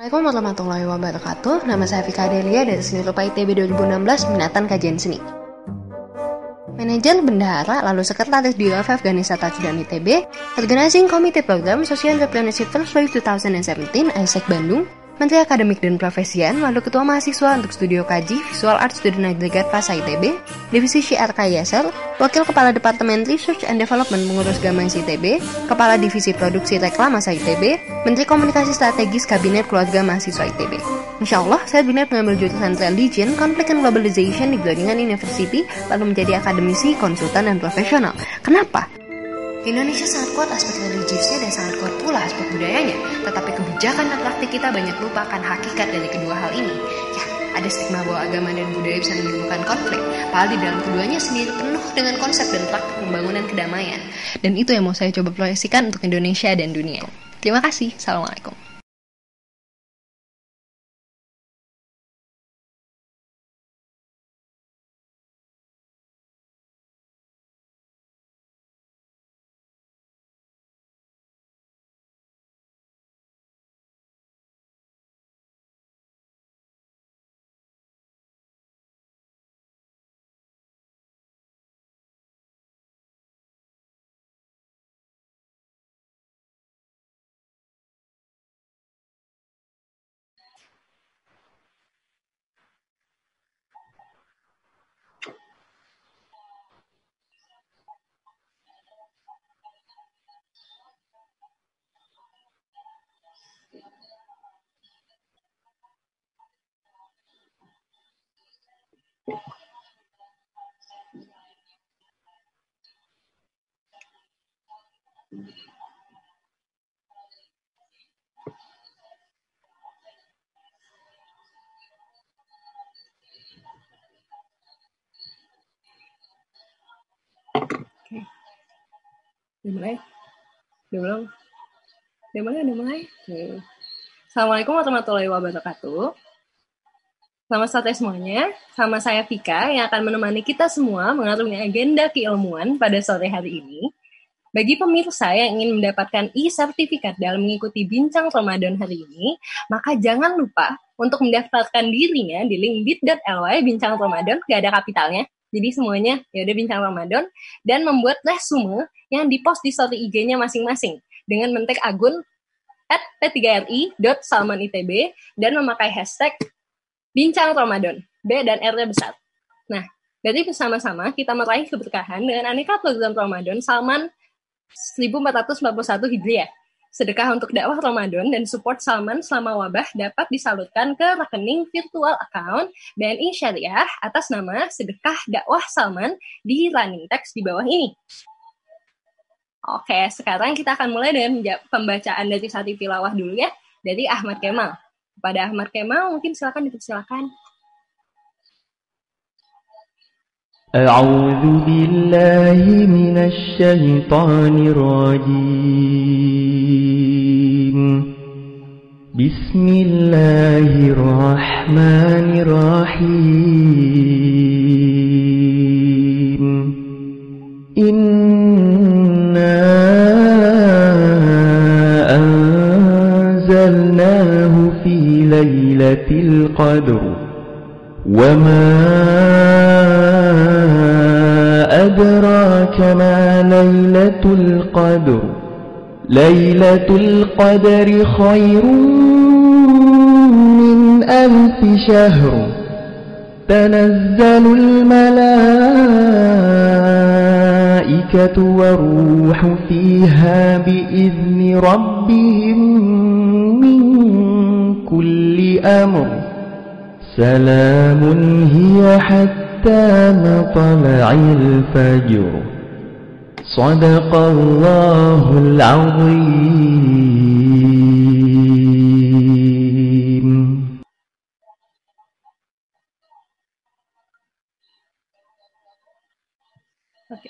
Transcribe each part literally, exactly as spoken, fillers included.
Assalamualaikum warahmatullahi wabarakatuh. Nama saya Vika Adelia dari Seni Rupa I T B dua ribu enam belas, minatan kajian seni. Manajer bendahara lalu sekretaris di U F F Ganesha Tachidana I T B, Organizing Committee Program Social Entrepreneurship First Wave dua ribu tujuh belas, I S E C Bandung, Menteri Akademik dan Profesian, lalu Ketua Mahasiswa untuk Studio Kaji, Visual Art Student Aggregate Pasa I T B, Divisi Syiar K I S L, Wakil Kepala Departemen Research and Development Pengurus Gamas I T B, Kepala Divisi Produksi Reklamasa I T B, Menteri Komunikasi Strategis Kabinet Keluarga Mahasiswa I T B. Insya Allah, saya benar mengambil jurusan Religion, Conflict and Globalization di Groningen University, lalu menjadi akademisi, konsultan, dan profesional. Kenapa? Indonesia sangat kuat aspek religiusnya dan sangat kuat pula aspek budayanya, tetapi kebijakan dan praktik kita banyak lupa akan hakikat dari kedua hal ini. Ya, ada stigma bahwa agama dan budaya bisa menimbulkan konflik, padahal di dalam keduanya sendiri penuh dengan konsep dan praktik pembangunan kedamaian. Dan itu yang mau saya coba proyeksikan untuk Indonesia dan dunia. Terima kasih. Assalamualaikum. Oke, udah mulai? Udah belum? Udah mulai? Udah mulai? Oke. Assalamualaikum warahmatullahi wabarakatuh. Selamat sore semuanya, sama saya Vika yang akan menemani kita semua mengarungi agenda keilmuan pada sore hari ini. Bagi pemirsa yang ingin mendapatkan e-sertifikat dalam mengikuti Bincang Ramadan hari ini, maka jangan lupa untuk mendaftarkan dirinya di link bit.ly Bincang Ramadan, gak ada kapitalnya. Jadi semuanya ya udah Bincang Ramadan, dan membuat resume yang dipost di story I G-nya masing-masing dengan men-tag akun at p tiga r i dot salman i t b dan memakai hashtag Bincang Ramadan, B dan R-nya besar. Nah, dari bersama-sama kita meraih keberkahan dengan aneka program Ramadan Salman seribu empat ratus empat puluh satu Hijriah. Sedekah untuk dakwah Ramadan dan support Salman selama wabah dapat disalurkan ke rekening virtual account B N I Syariah atas nama Sedekah Dakwah Salman di running text di bawah ini. Oke, sekarang kita akan mulai dengan pembacaan dari satu tilawah dulu ya, dari Ahmad Kemal. Kepada Ahmad Kemal, mungkin silakan dipersilakan. أعوذ بالله من الشيطان الرجيم بسم الله الرحمن الرحيم إنا أنزلناه في ليلة القدر وما أدراك ما ليلة القدر ليلة القدر خير من ألف شهر تنزل الملائكة والروح فيها بإذن ربهم من كل أمر سلام هي حتى مطلع الفجر صدق الله العظيم. Oke.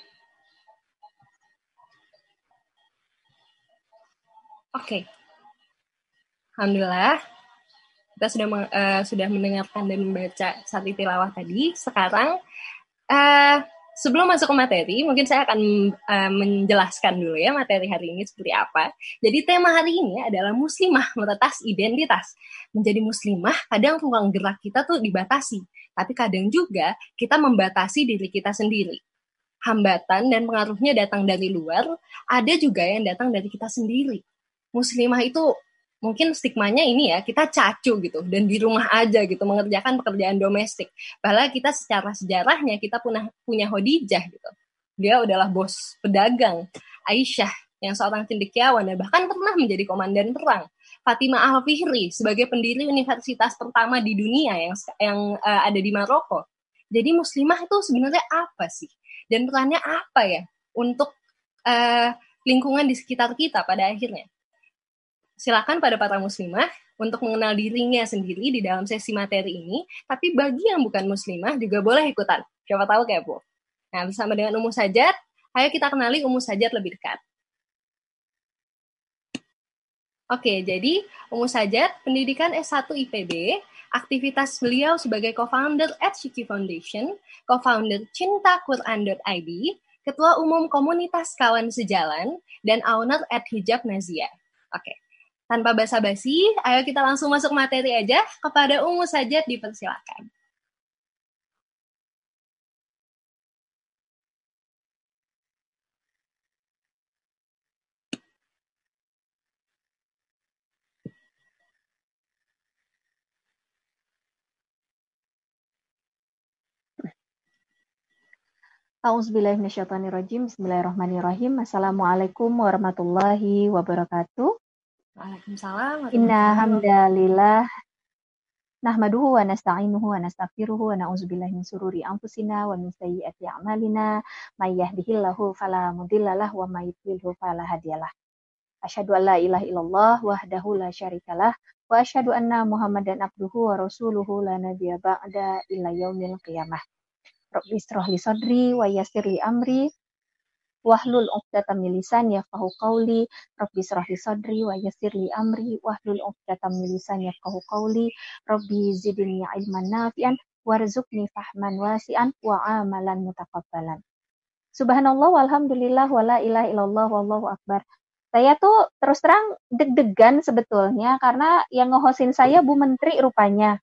Oke. Alhamdulillah. Kita sudah uh, sudah mendengarkan dan membaca satu tilawah tadi. Sekarang uh, sebelum masuk ke materi, mungkin saya akan uh, menjelaskan dulu ya materi hari ini seperti apa. Jadi tema hari ini adalah muslimah meretas identitas. Menjadi muslimah, kadang ruang gerak kita tuh dibatasi, tapi kadang juga kita membatasi diri kita sendiri. Hambatan dan pengaruhnya datang dari luar, ada juga yang datang dari kita sendiri. Muslimah itu mungkin stigmanya ini ya, kita cacu gitu, dan di rumah aja gitu, mengerjakan pekerjaan domestik. Padahal kita secara sejarahnya, kita punya, punya Khadijah gitu. Dia adalah bos pedagang. Aisyah, yang seorang cendekiawan, dan bahkan pernah menjadi komandan perang. Fatimah Al-Fihri, sebagai pendiri universitas pertama di dunia yang, yang uh, ada di Maroko. Jadi muslimah itu sebenarnya apa sih? Dan perannya apa ya untuk uh, lingkungan di sekitar kita pada akhirnya? Silakan pada para muslimah untuk mengenal dirinya sendiri di dalam sesi materi ini, tapi bagi yang bukan muslimah juga boleh ikutan. Siapa tahu kepo. Nah, bersama dengan Ummu Sajat, ayo kita kenali Ummu Sajat lebih dekat. Oke, jadi Ummu Sajat, pendidikan S satu I P B, aktivitas beliau sebagai co-founder at Shiki Foundation, co-founder cinta quran dot I D, ketua umum komunitas kawan sejalan, dan owner at Hijab Nazia. Oke. Tanpa basa-basi, ayo kita langsung masuk materi aja. Kepada Ummu Sajat dipersilakan. A'udzubillahi minasyaitonirrajim. Bismillahirrahmanirrahim. Assalamualaikum warahmatullahi wabarakatuh. Waalaikumsalam. Inna hamdalillah nahmaduhu wa nasta'inuhu wa nastaghfiruhu wa na'udzubillahi min sururi anfusina wa min sayyiati a'malina may yahdihillahu fala mudhillalah wa may yudhlilhu fala hadiyalah. Asyhadu an la ilaha illallah wahdahu la syarikalah wa asyhadu anna Muhammadan abduhu wa rasuluhu la nabiyya ba'da ila yaumil qiyamah. Rabbi israh li sadri wa yassir li amri wahlul 'uqdatam min lisani yafqahu qawli. Rabbi israh li sadri wa yassir li amri wahlul 'uqdatam min lisani yafqahu qawli. Rabbi zidni 'ilman nafi'an warzuqni fahman wasi'an wa 'amalan mutaqabbalan. Subhanallah walhamdulillah wala ilaha illallah wallahu akbar. Saya tuh terus terang deg-degan sebetulnya karena yang nge-hostin saya Bu Menteri rupanya.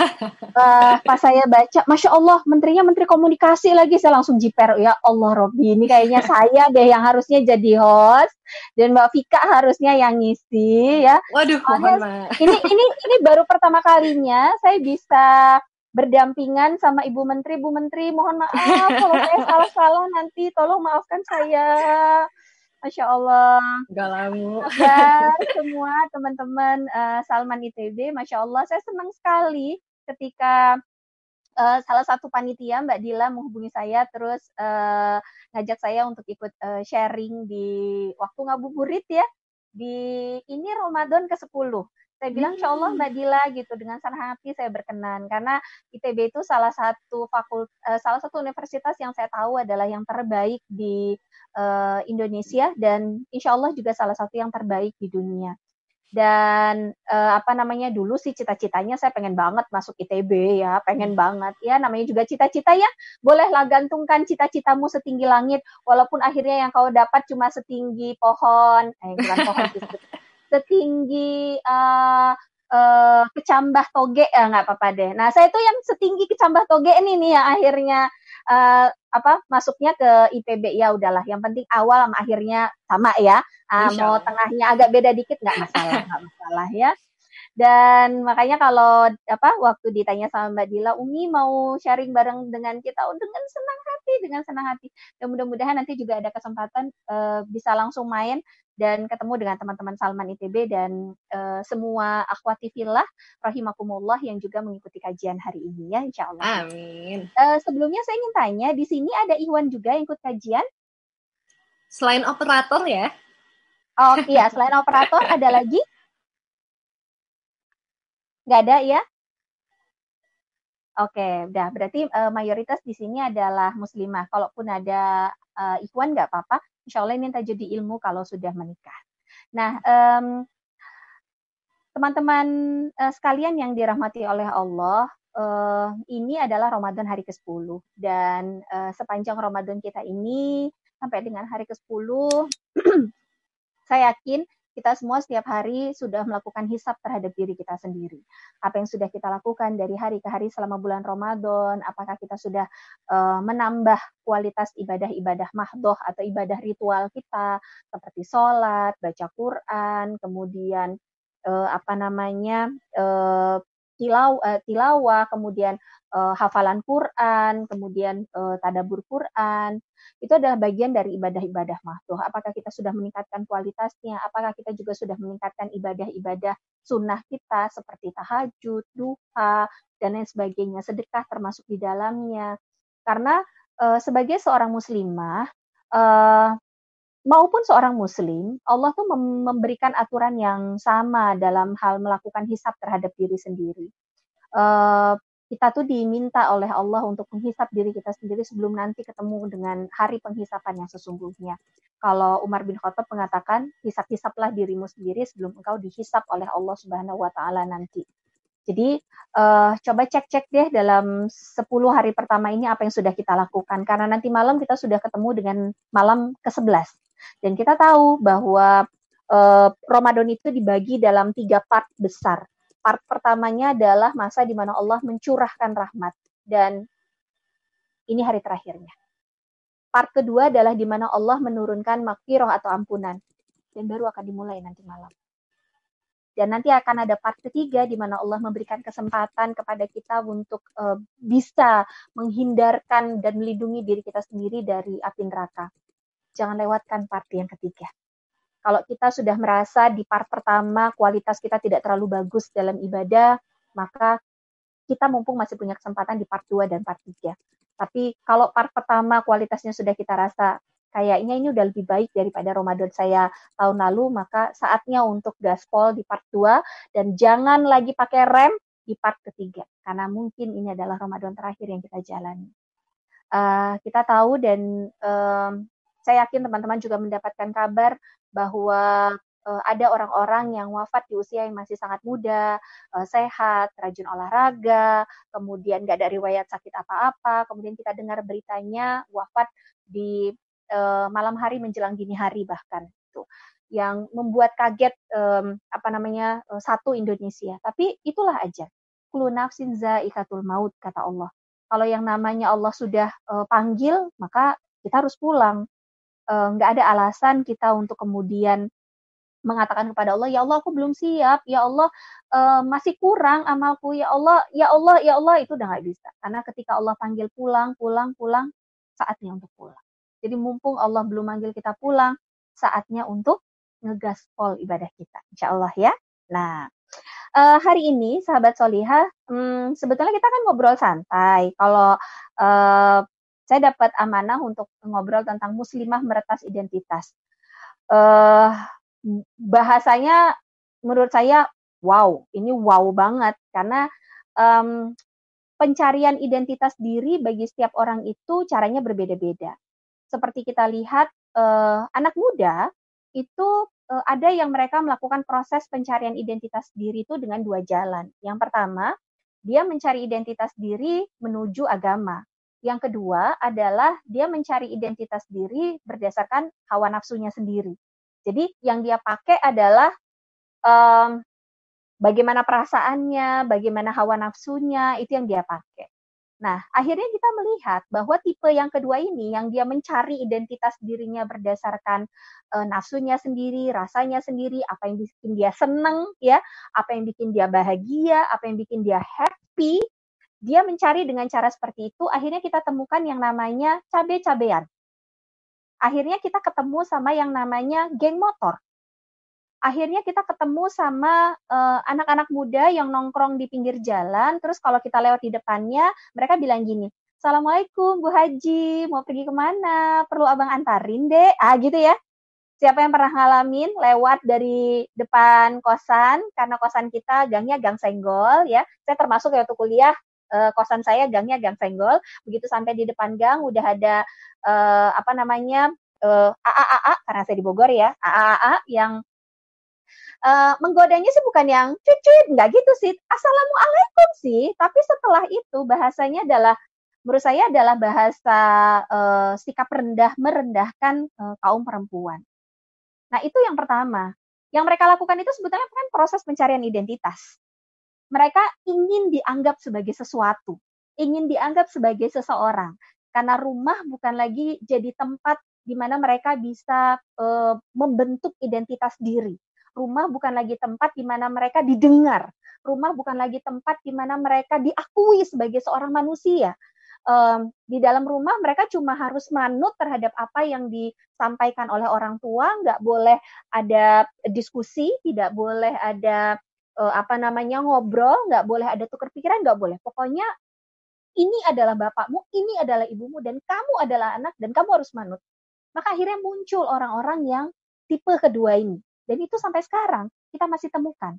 Uh, pas saya baca, Masya Allah, menterinya menteri komunikasi lagi, saya langsung jiper, ya Allah Robby, ini kayaknya saya deh yang harusnya jadi host dan Mbak Vika harusnya yang ngisi ya. Waduh, mohon maaf. Ini ini ini baru pertama kalinya saya bisa berdampingan sama Ibu Menteri. Bu Menteri, mohon maaf kalau saya salah-salah nanti, tolong maafkan saya. Masya Allah. Gak lama. Ya, semua teman-teman uh, Salman I T B, Masya Allah, saya senang sekali ketika uh, salah satu panitia, Mbak Dila, menghubungi saya, terus uh, ngajak saya untuk ikut uh, sharing di waktu ngabuburit ya, di ini Ramadan ke sepuluh. Saya bilang, insya Allah Mbak Dila gitu, dengan senang hati saya berkenan, karena I T B itu salah satu fakult, uh, salah satu universitas yang saya tahu adalah yang terbaik di uh, Indonesia, dan insya Allah juga salah satu yang terbaik di dunia. Dan uh, apa namanya, dulu sih cita-citanya saya pengen banget masuk I T B ya, pengen banget ya, namanya juga cita-cita ya, bolehlah gantungkan cita-citamu setinggi langit, walaupun akhirnya yang kau dapat cuma setinggi pohon, eh bukan pohon sih, setinggi uh, uh, kecambah toge, ya nggak apa-apa deh. Nah saya tuh yang setinggi kecambah toge ini nih yang akhirnya uh, apa masuknya ke I P B, ya udahlah, yang penting awal sama akhirnya sama ya. Uh, mau tengahnya agak beda dikit nggak masalah, nggak masalah ya. Dan makanya kalau apa waktu ditanya sama Mbak Dila, Umi mau sharing bareng dengan kita, oh, dengan senang hati, dengan senang hati. Dan mudah-mudahan nanti juga ada kesempatan uh, bisa langsung main dan ketemu dengan teman-teman Salman I T B dan uh, semua akhwati fillah rahimakumullah yang juga mengikuti kajian hari ini ya, insya Allah. Amin. Uh, sebelumnya saya ingin tanya, di sini ada Iwan juga yang ikut kajian? Selain operator ya? Oh iya, selain operator ada lagi? Nggak ada ya? Oke, udah. Berarti uh, mayoritas di sini adalah muslimah. Kalaupun ada uh, ikhwan nggak apa-apa. Insya Allah ini jadi ilmu kalau sudah menikah. Nah, um, teman-teman uh, sekalian yang dirahmati oleh Allah, uh, ini adalah Ramadan hari kesepuluh dan uh, sepanjang Ramadan kita ini sampai dengan hari kesepuluh saya yakin kita semua setiap hari sudah melakukan hisab terhadap diri kita sendiri. Apa yang sudah kita lakukan dari hari ke hari selama bulan Ramadan, apakah kita sudah uh, menambah kualitas ibadah-ibadah mahdoh atau ibadah ritual kita, seperti sholat, baca Quran, kemudian uh, apa namanya, uh, tilaw, uh, tilawah, kemudian uh, hafalan Quran, kemudian uh, tadabbur Quran. Itu adalah bagian dari ibadah-ibadah mahdoh. Apakah kita sudah meningkatkan kualitasnya? Apakah kita juga sudah meningkatkan ibadah-ibadah sunnah kita seperti tahajud, duha, dan lain sebagainya, sedekah termasuk di dalamnya. Karena uh, sebagai seorang muslimah, uh, maupun seorang muslim, Allah tuh mem- memberikan aturan yang sama dalam hal melakukan hisab terhadap diri sendiri. Uh, kita tuh diminta oleh Allah untuk menghisap diri kita sendiri sebelum nanti ketemu dengan hari penghisapan yang sesungguhnya. Kalau Umar bin Khattab mengatakan, hisap-hisaplah dirimu sendiri sebelum engkau dihisap oleh Allah Subhanahu wa Ta'ala nanti. Jadi uh, coba cek-cek deh dalam sepuluh hari pertama ini apa yang sudah kita lakukan. Karena nanti malam kita sudah ketemu dengan malam ke sebelas. Dan kita tahu bahwa uh, Ramadan itu dibagi dalam tiga part besar. Part pertamanya adalah masa di mana Allah mencurahkan rahmat. Dan ini hari terakhirnya. Part kedua adalah di mana Allah menurunkan maghfirah atau ampunan. Dan baru akan dimulai nanti malam. Dan nanti akan ada part ketiga di mana Allah memberikan kesempatan kepada kita untuk uh, bisa menghindarkan dan melindungi diri kita sendiri dari api neraka. Jangan lewatkan part yang ketiga. Kalau kita sudah merasa di part pertama kualitas kita tidak terlalu bagus dalam ibadah, maka kita mumpung masih punya kesempatan di part dua dan part tiga. Tapi kalau part pertama kualitasnya sudah kita rasa kayaknya ini udah lebih baik daripada Ramadan saya tahun lalu, maka saatnya untuk gaspol di part dua dan jangan lagi pakai rem di part ketiga. Karena mungkin ini adalah Ramadan terakhir yang kita jalani. Uh, kita tahu dan um, saya yakin teman-teman juga mendapatkan kabar bahwa uh, ada orang-orang yang wafat di usia yang masih sangat muda, uh, sehat, rajin olahraga, kemudian nggak ada riwayat sakit apa-apa, kemudian kita dengar beritanya wafat di uh, malam hari menjelang dini hari bahkan itu yang membuat kaget um, apa namanya uh, satu Indonesia. Tapi itulah aja. Kullu nafsin za'iqatul maut kata Allah. Kalau yang namanya Allah sudah uh, panggil, maka kita harus pulang. Nggak uh, ada alasan kita untuk kemudian mengatakan kepada Allah, ya Allah aku belum siap, ya Allah uh, masih kurang amalku, ya Allah, ya Allah, ya Allah, itu udah nggak bisa. Karena ketika Allah panggil pulang, pulang, pulang, saatnya untuk pulang. Jadi mumpung Allah belum manggil kita pulang, saatnya untuk ngegaspol ibadah kita, insya Allah ya. Nah, Uh, hari ini, sahabat Solihah, hmm, sebetulnya kita kan ngobrol santai. Kalau uh, saya dapat amanah untuk ngobrol tentang muslimah meretas identitas. Uh, bahasanya menurut saya, wow, ini wow banget. Karena um, pencarian identitas diri bagi setiap orang itu caranya berbeda-beda. Seperti kita lihat, uh, anak muda itu ada yang mereka melakukan proses pencarian identitas diri itu dengan dua jalan. Yang pertama, dia mencari identitas diri menuju agama. Yang kedua adalah dia mencari identitas diri berdasarkan hawa nafsunya sendiri. Jadi yang dia pakai adalah um, bagaimana perasaannya, bagaimana hawa nafsunya, itu yang dia pakai. Nah, akhirnya kita melihat bahwa tipe yang kedua ini, yang dia mencari identitas dirinya berdasarkan e, nafsunya sendiri, rasanya sendiri, apa yang bikin dia seneng, ya, apa yang bikin dia bahagia, apa yang bikin dia happy, dia mencari dengan cara seperti itu, akhirnya kita temukan yang namanya cabe-cabean. Akhirnya kita ketemu sama yang namanya geng motor. Akhirnya kita ketemu sama uh, anak-anak muda yang nongkrong di pinggir jalan, terus kalau kita lewat di depannya, mereka bilang gini, Assalamualaikum Bu Haji, mau pergi kemana? Perlu abang antarin deh, ah gitu ya. Siapa yang pernah ngalamin lewat dari depan kosan, karena kosan kita gangnya gang senggol ya, saya termasuk ya waktu kuliah, uh, kosan saya gangnya gang senggol, begitu sampai di depan gang udah ada uh, apa namanya, uh, A A A A, karena saya di Bogor ya, A A A A yang Uh, menggodanya sih bukan yang cuit-cuit, nggak gitu sih. Assalamualaikum sih, tapi setelah itu bahasanya adalah, menurut saya adalah bahasa uh, sikap rendah, merendahkan uh, kaum perempuan. Nah, itu yang pertama. Yang mereka lakukan itu sebetulnya kan proses pencarian identitas. Mereka ingin dianggap sebagai sesuatu, ingin dianggap sebagai seseorang. Karena rumah bukan lagi jadi tempat di mana mereka bisa uh, membentuk identitas diri. Rumah bukan lagi tempat di mana mereka didengar. Rumah bukan lagi tempat di mana mereka diakui sebagai seorang manusia. Um, di dalam rumah mereka cuma harus manut terhadap apa yang disampaikan oleh orang tua, nggak boleh ada diskusi, tidak boleh ada uh, apa namanya ngobrol, nggak boleh ada tukar pikiran, nggak boleh. Pokoknya ini adalah bapakmu, ini adalah ibumu, dan kamu adalah anak, dan kamu harus manut. Maka akhirnya muncul orang-orang yang tipe kedua ini. Dan itu sampai sekarang kita masih temukan.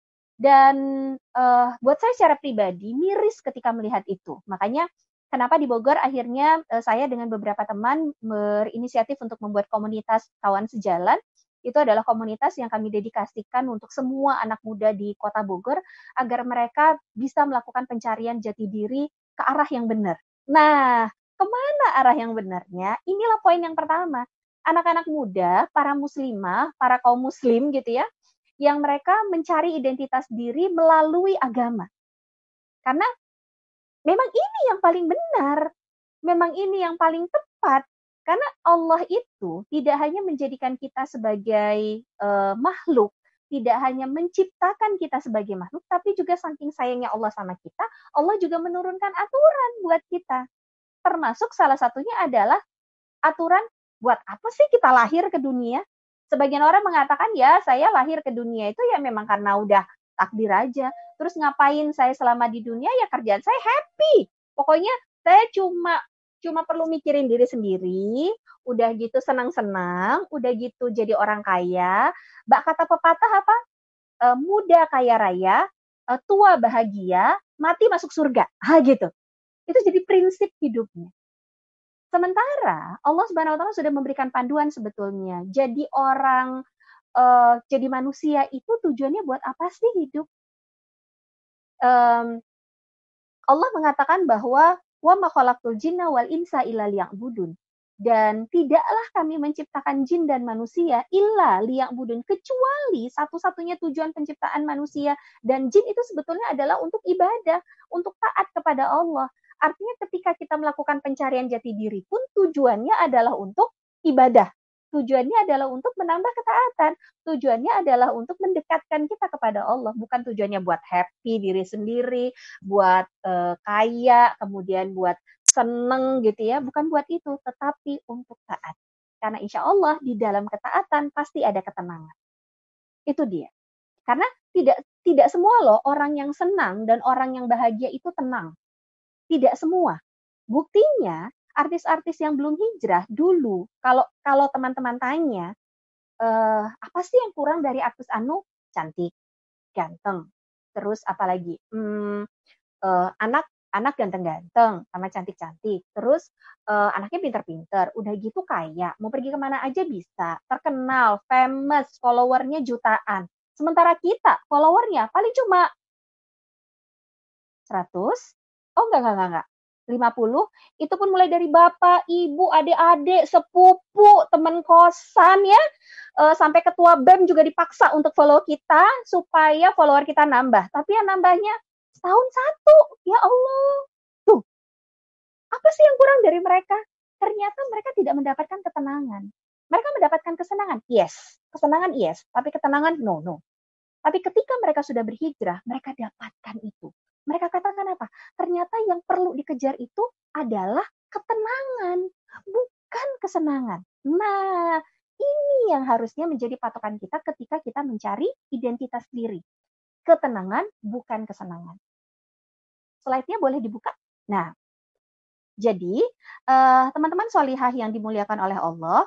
Dan uh, buat saya secara pribadi, miris ketika melihat itu. Makanya kenapa di Bogor akhirnya uh, saya dengan beberapa teman berinisiatif untuk membuat komunitas kawan sejalan. Itu adalah komunitas yang kami dedikasikan untuk semua anak muda di Kota Bogor agar mereka bisa melakukan pencarian jati diri ke arah yang benar. Nah, kemana arah yang benarnya? Inilah poin yang pertama. Anak-anak muda, para muslimah, para kaum muslim gitu ya, yang mereka mencari identitas diri melalui agama. Karena memang ini yang paling benar, memang ini yang paling tepat. Karena Allah itu tidak hanya menjadikan kita sebagai uh, makhluk, tidak hanya menciptakan kita sebagai makhluk, tapi juga saking sayangnya Allah sama kita, Allah juga menurunkan aturan buat kita. Termasuk salah satunya adalah aturan buat apa sih kita lahir ke dunia? Sebagian orang mengatakan ya saya lahir ke dunia itu ya memang karena udah takdir aja. Terus ngapain saya selama di dunia? Ya kerjaan saya happy. Pokoknya saya cuma cuma perlu mikirin diri sendiri, udah gitu senang-senang, udah gitu jadi orang kaya. Mbak kata pepatah apa? E, muda kaya raya, e, tua bahagia, mati masuk surga. Ha gitu. Itu jadi prinsip hidupnya. Sementara Allah Subhanahu wa taala sudah memberikan panduan sebetulnya. Jadi orang uh, jadi manusia itu tujuannya buat apa sih hidup? Um, Allah mengatakan bahwa wa ma khalaqtul jinna wal insa illa liya'budun. Dan tidaklah kami menciptakan jin dan manusia illa liya'budun, kecuali satu-satunya tujuan penciptaan manusia dan jin itu sebetulnya adalah untuk ibadah, untuk taat kepada Allah. Artinya ketika kita melakukan pencarian jati diri pun tujuannya adalah untuk ibadah. Tujuannya adalah untuk menambah ketaatan. Tujuannya adalah untuk mendekatkan kita kepada Allah. Bukan tujuannya buat happy diri sendiri, buat uh, kaya, kemudian buat seneng gitu ya. Bukan buat itu, tetapi untuk taat. Karena insya Allah di dalam ketaatan pasti ada ketenangan. Itu dia. Karena tidak tidak semua loh orang yang senang dan orang yang bahagia itu tenang. Tidak semua. Buktinya, artis-artis yang belum hijrah dulu, kalau kalau teman-teman tanya, eh, apa sih yang kurang dari artis anu? Cantik, ganteng. Terus apalagi? Hmm, eh, anak anak ganteng-ganteng sama cantik-cantik. Terus eh, anaknya pinter-pinter. Udah gitu kaya. Mau pergi kemana aja bisa. Terkenal, famous, followernya jutaan. Sementara kita, followernya paling cuma seratus. Oh enggak, enggak, enggak, enggak. lima puluh, itu pun mulai dari bapak, ibu, adik-adik, sepupu, teman kosan ya, e, sampai ketua B E M juga dipaksa untuk follow kita, supaya follower kita nambah. Tapi yang nambahnya setahun satu, ya Allah. Tuh, apa sih yang kurang dari mereka? Ternyata mereka tidak mendapatkan ketenangan. Mereka mendapatkan kesenangan, yes. Kesenangan, yes. Tapi ketenangan, no, no. Tapi ketika mereka sudah berhijrah, mereka dapatkan itu. Mereka katakan apa? Ternyata yang perlu dikejar itu adalah ketenangan, bukan kesenangan. Nah, ini yang harusnya menjadi patokan kita ketika kita mencari identitas diri. Ketenangan, bukan kesenangan. Slide-nya boleh dibuka? Nah, jadi uh, teman-teman sholihah yang dimuliakan oleh Allah,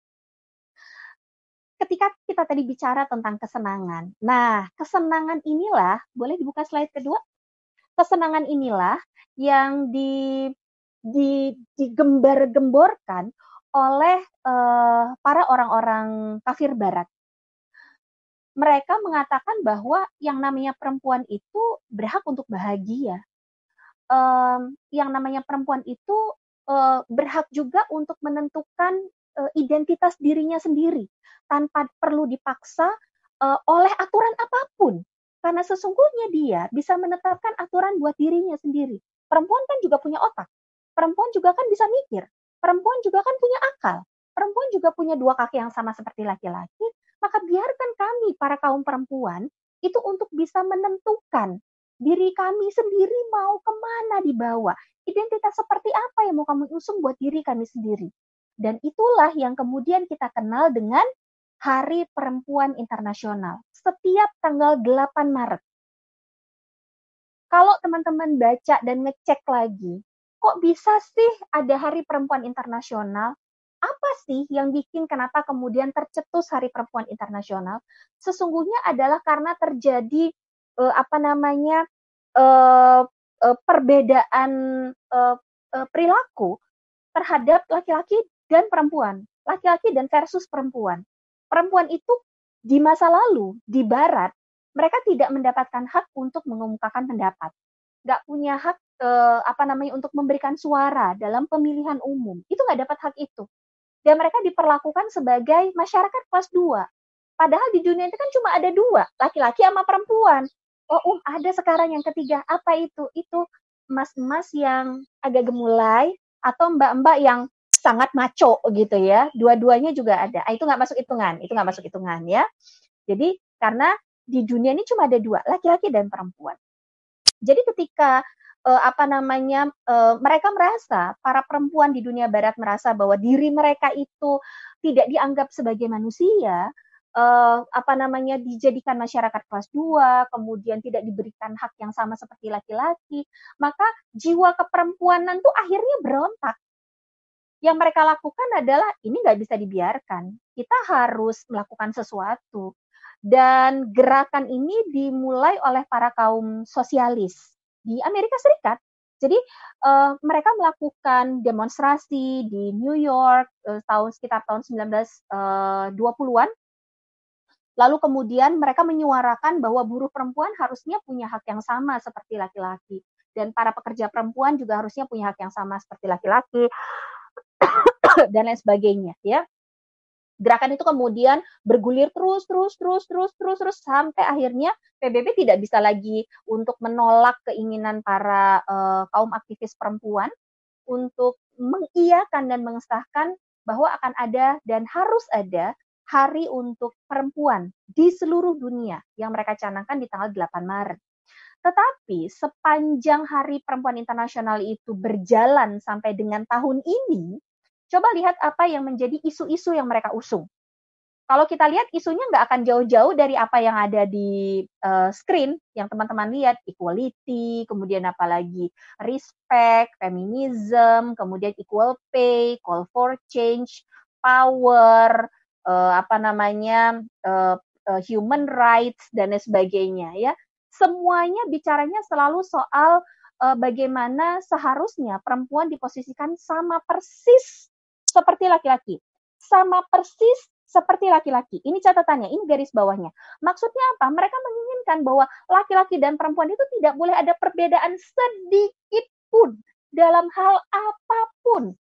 ketika kita tadi bicara tentang kesenangan, nah kesenangan inilah, boleh dibuka slide kedua? Kesenangan inilah yang di, di, digembar-gemborkan oleh uh, para orang-orang kafir barat. mereka mengatakan bahwa yang namanya perempuan itu berhak untuk bahagia. Um, yang namanya perempuan itu uh, berhak juga untuk menentukan uh, identitas dirinya sendiri tanpa perlu dipaksa uh, oleh aturan apapun. Karena sesungguhnya dia bisa menetapkan aturan buat dirinya sendiri. Perempuan kan juga punya otak. Perempuan juga kan bisa mikir. Perempuan juga kan punya akal. Perempuan juga punya dua kaki yang sama seperti laki-laki. Maka biarkan kami, para kaum perempuan, itu untuk bisa menentukan diri kami sendiri mau kemana dibawa. Identitas seperti apa yang mau kami usung buat diri kami sendiri. Dan itulah yang kemudian kita kenal dengan Hari Perempuan Internasional. Setiap tanggal delapan Maret. Kalau teman-teman baca dan ngecek lagi, kok bisa sih ada Hari Perempuan Internasional? Apa sih yang bikin kenapa kemudian tercetus Hari Perempuan Internasional? Sesungguhnya adalah karena terjadi eh, apa namanya eh, eh, perbedaan eh, eh, perilaku terhadap laki-laki dan perempuan, laki-laki dan versus perempuan. Perempuan itu di masa lalu di Barat mereka tidak mendapatkan hak untuk mengemukakan pendapat, nggak punya hak eh, apa namanya untuk memberikan suara dalam pemilihan umum, itu nggak dapat hak itu. Dan mereka diperlakukan sebagai masyarakat kelas dua. Padahal di dunia itu kan cuma ada dua, laki-laki sama perempuan. Oh, um, ada sekarang yang ketiga. Apa itu? Itu emas-emas yang agak gemulai atau mbak-mbak yang sangat maco gitu ya. Dua-duanya juga ada. Ah, itu nggak masuk hitungan. Itu nggak masuk hitungan ya. Jadi karena di dunia ini cuma ada dua, laki-laki dan perempuan. Jadi ketika uh, apa namanya uh, mereka merasa, para perempuan di dunia barat merasa bahwa diri mereka itu tidak dianggap sebagai manusia, uh, apa namanya dijadikan masyarakat kelas dua, kemudian tidak diberikan hak yang sama seperti laki-laki, maka jiwa keperempuanan tuh akhirnya berontak. Yang mereka lakukan adalah ini nggak bisa dibiarkan, kita harus melakukan sesuatu. Dan gerakan ini dimulai oleh para kaum sosialis di Amerika Serikat. Jadi uh, mereka melakukan demonstrasi di New York uh, tahun sekitar tahun sembilan belas dua puluhan. Lalu kemudian mereka menyuarakan bahwa buruh perempuan harusnya punya hak yang sama seperti laki-laki. Dan para pekerja perempuan juga harusnya punya hak yang sama seperti laki-laki. Dan lain sebagainya ya. Gerakan itu kemudian bergulir terus, terus, terus, terus, terus, terus sampai akhirnya P B B tidak bisa lagi untuk menolak keinginan para uh, kaum aktivis perempuan untuk mengiyakan dan mengesahkan bahwa akan ada dan harus ada hari untuk perempuan di seluruh dunia yang mereka canangkan di tanggal delapan Maret. Tetapi sepanjang Hari Perempuan Internasional itu berjalan sampai dengan tahun ini, coba lihat apa yang menjadi isu-isu yang mereka usung. Kalau kita lihat isunya nggak akan jauh-jauh dari apa yang ada di uh, screen, yang teman-teman lihat, equality, kemudian apalagi respect, feminism, kemudian equal pay, call for change, power, uh, apa namanya, uh, uh, human rights, dan lain sebagainya. Ya, semuanya bicaranya selalu soal uh, bagaimana seharusnya perempuan diposisikan sama persis seperti laki-laki, sama persis seperti laki-laki. Ini catatannya, ini garis bawahnya. Maksudnya apa? Mereka menginginkan bahwa laki-laki dan perempuan itu tidak boleh ada perbedaan sedikit pun dalam hal apapun.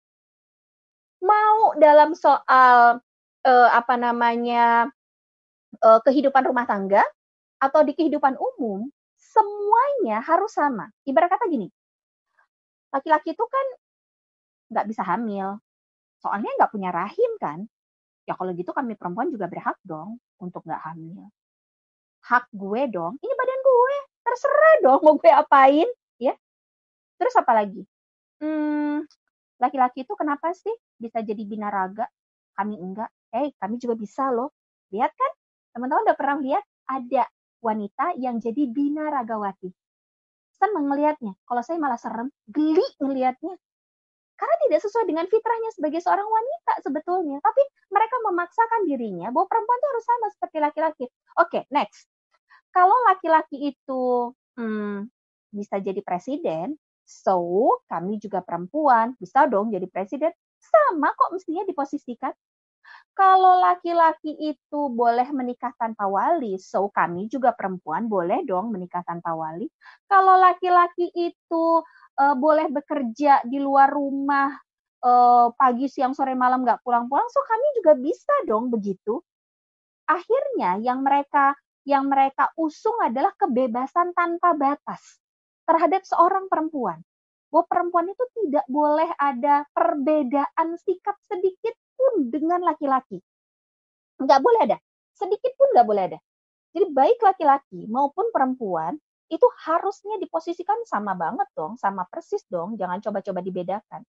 Mau dalam soal eh, apa namanya eh, kehidupan rumah tangga atau di kehidupan umum, semuanya harus sama. Ibarat kata gini, laki-laki itu kan nggak bisa hamil, soalnya nggak punya rahim kan. Ya kalau gitu kami perempuan juga berhak dong untuk nggak hamil. Hak gue dong, ini badan gue, terserah dong mau gue apain, ya. Terus apa lagi? Hmm, laki-laki itu kenapa sih bisa jadi binaraga? Kami enggak. Eh, hey, kami juga bisa loh. Lihat kan? Teman-teman udah pernah lihat ada wanita yang jadi binaragawati. Seneng ngelihatnya. Kalau saya malah serem, geli ngelihatnya. Karena tidak sesuai dengan fitrahnya sebagai seorang wanita sebetulnya. Tapi mereka memaksakan dirinya bahwa perempuan itu harus sama seperti laki-laki. Oke, okay, next. Kalau laki-laki itu hmm, bisa jadi presiden, so kami juga perempuan, bisa dong jadi presiden. Sama kok mestinya diposisikan. Kalau laki-laki itu boleh menikah tanpa wali, so kami juga perempuan boleh dong menikah tanpa wali. Kalau laki-laki itu uh, boleh bekerja di luar rumah, uh, pagi, siang, sore, malam nggak pulang-pulang, so kami juga bisa dong begitu. Akhirnya yang mereka yang mereka usung adalah kebebasan tanpa batas terhadap seorang perempuan. Bahwa perempuan itu tidak boleh ada perbedaan sikap sedikit pun dengan laki-laki. Nggak boleh ada. Sedikit pun nggak boleh ada. Jadi baik laki-laki maupun perempuan itu harusnya diposisikan sama banget dong, sama persis dong. Jangan coba-coba dibedakan.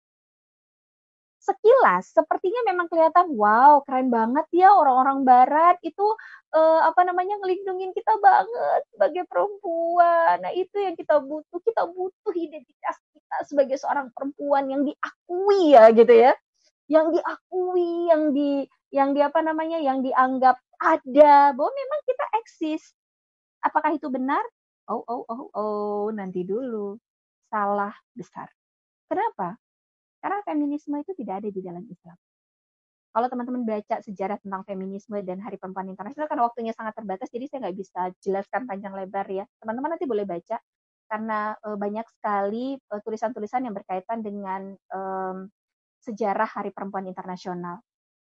Sekilas sepertinya memang kelihatan wow keren banget ya orang-orang barat itu eh, apa namanya ngelindungin kita banget sebagai perempuan. Nah itu yang kita butuh, kita butuh identitas kita sebagai seorang perempuan yang diakui ya gitu ya, yang diakui, yang di yang di apa namanya yang dianggap ada bahwa memang kita eksis. Apakah itu benar? Oh oh oh oh nanti dulu, salah besar. Kenapa? Karena feminisme itu tidak ada di dalam Islam. Kalau teman-teman baca sejarah tentang feminisme dan Hari Perempuan Internasional, karena waktunya sangat terbatas, jadi saya nggak bisa jelaskan panjang lebar ya. Teman-teman nanti boleh baca, karena e, banyak sekali e, tulisan-tulisan yang berkaitan dengan e, sejarah Hari Perempuan Internasional.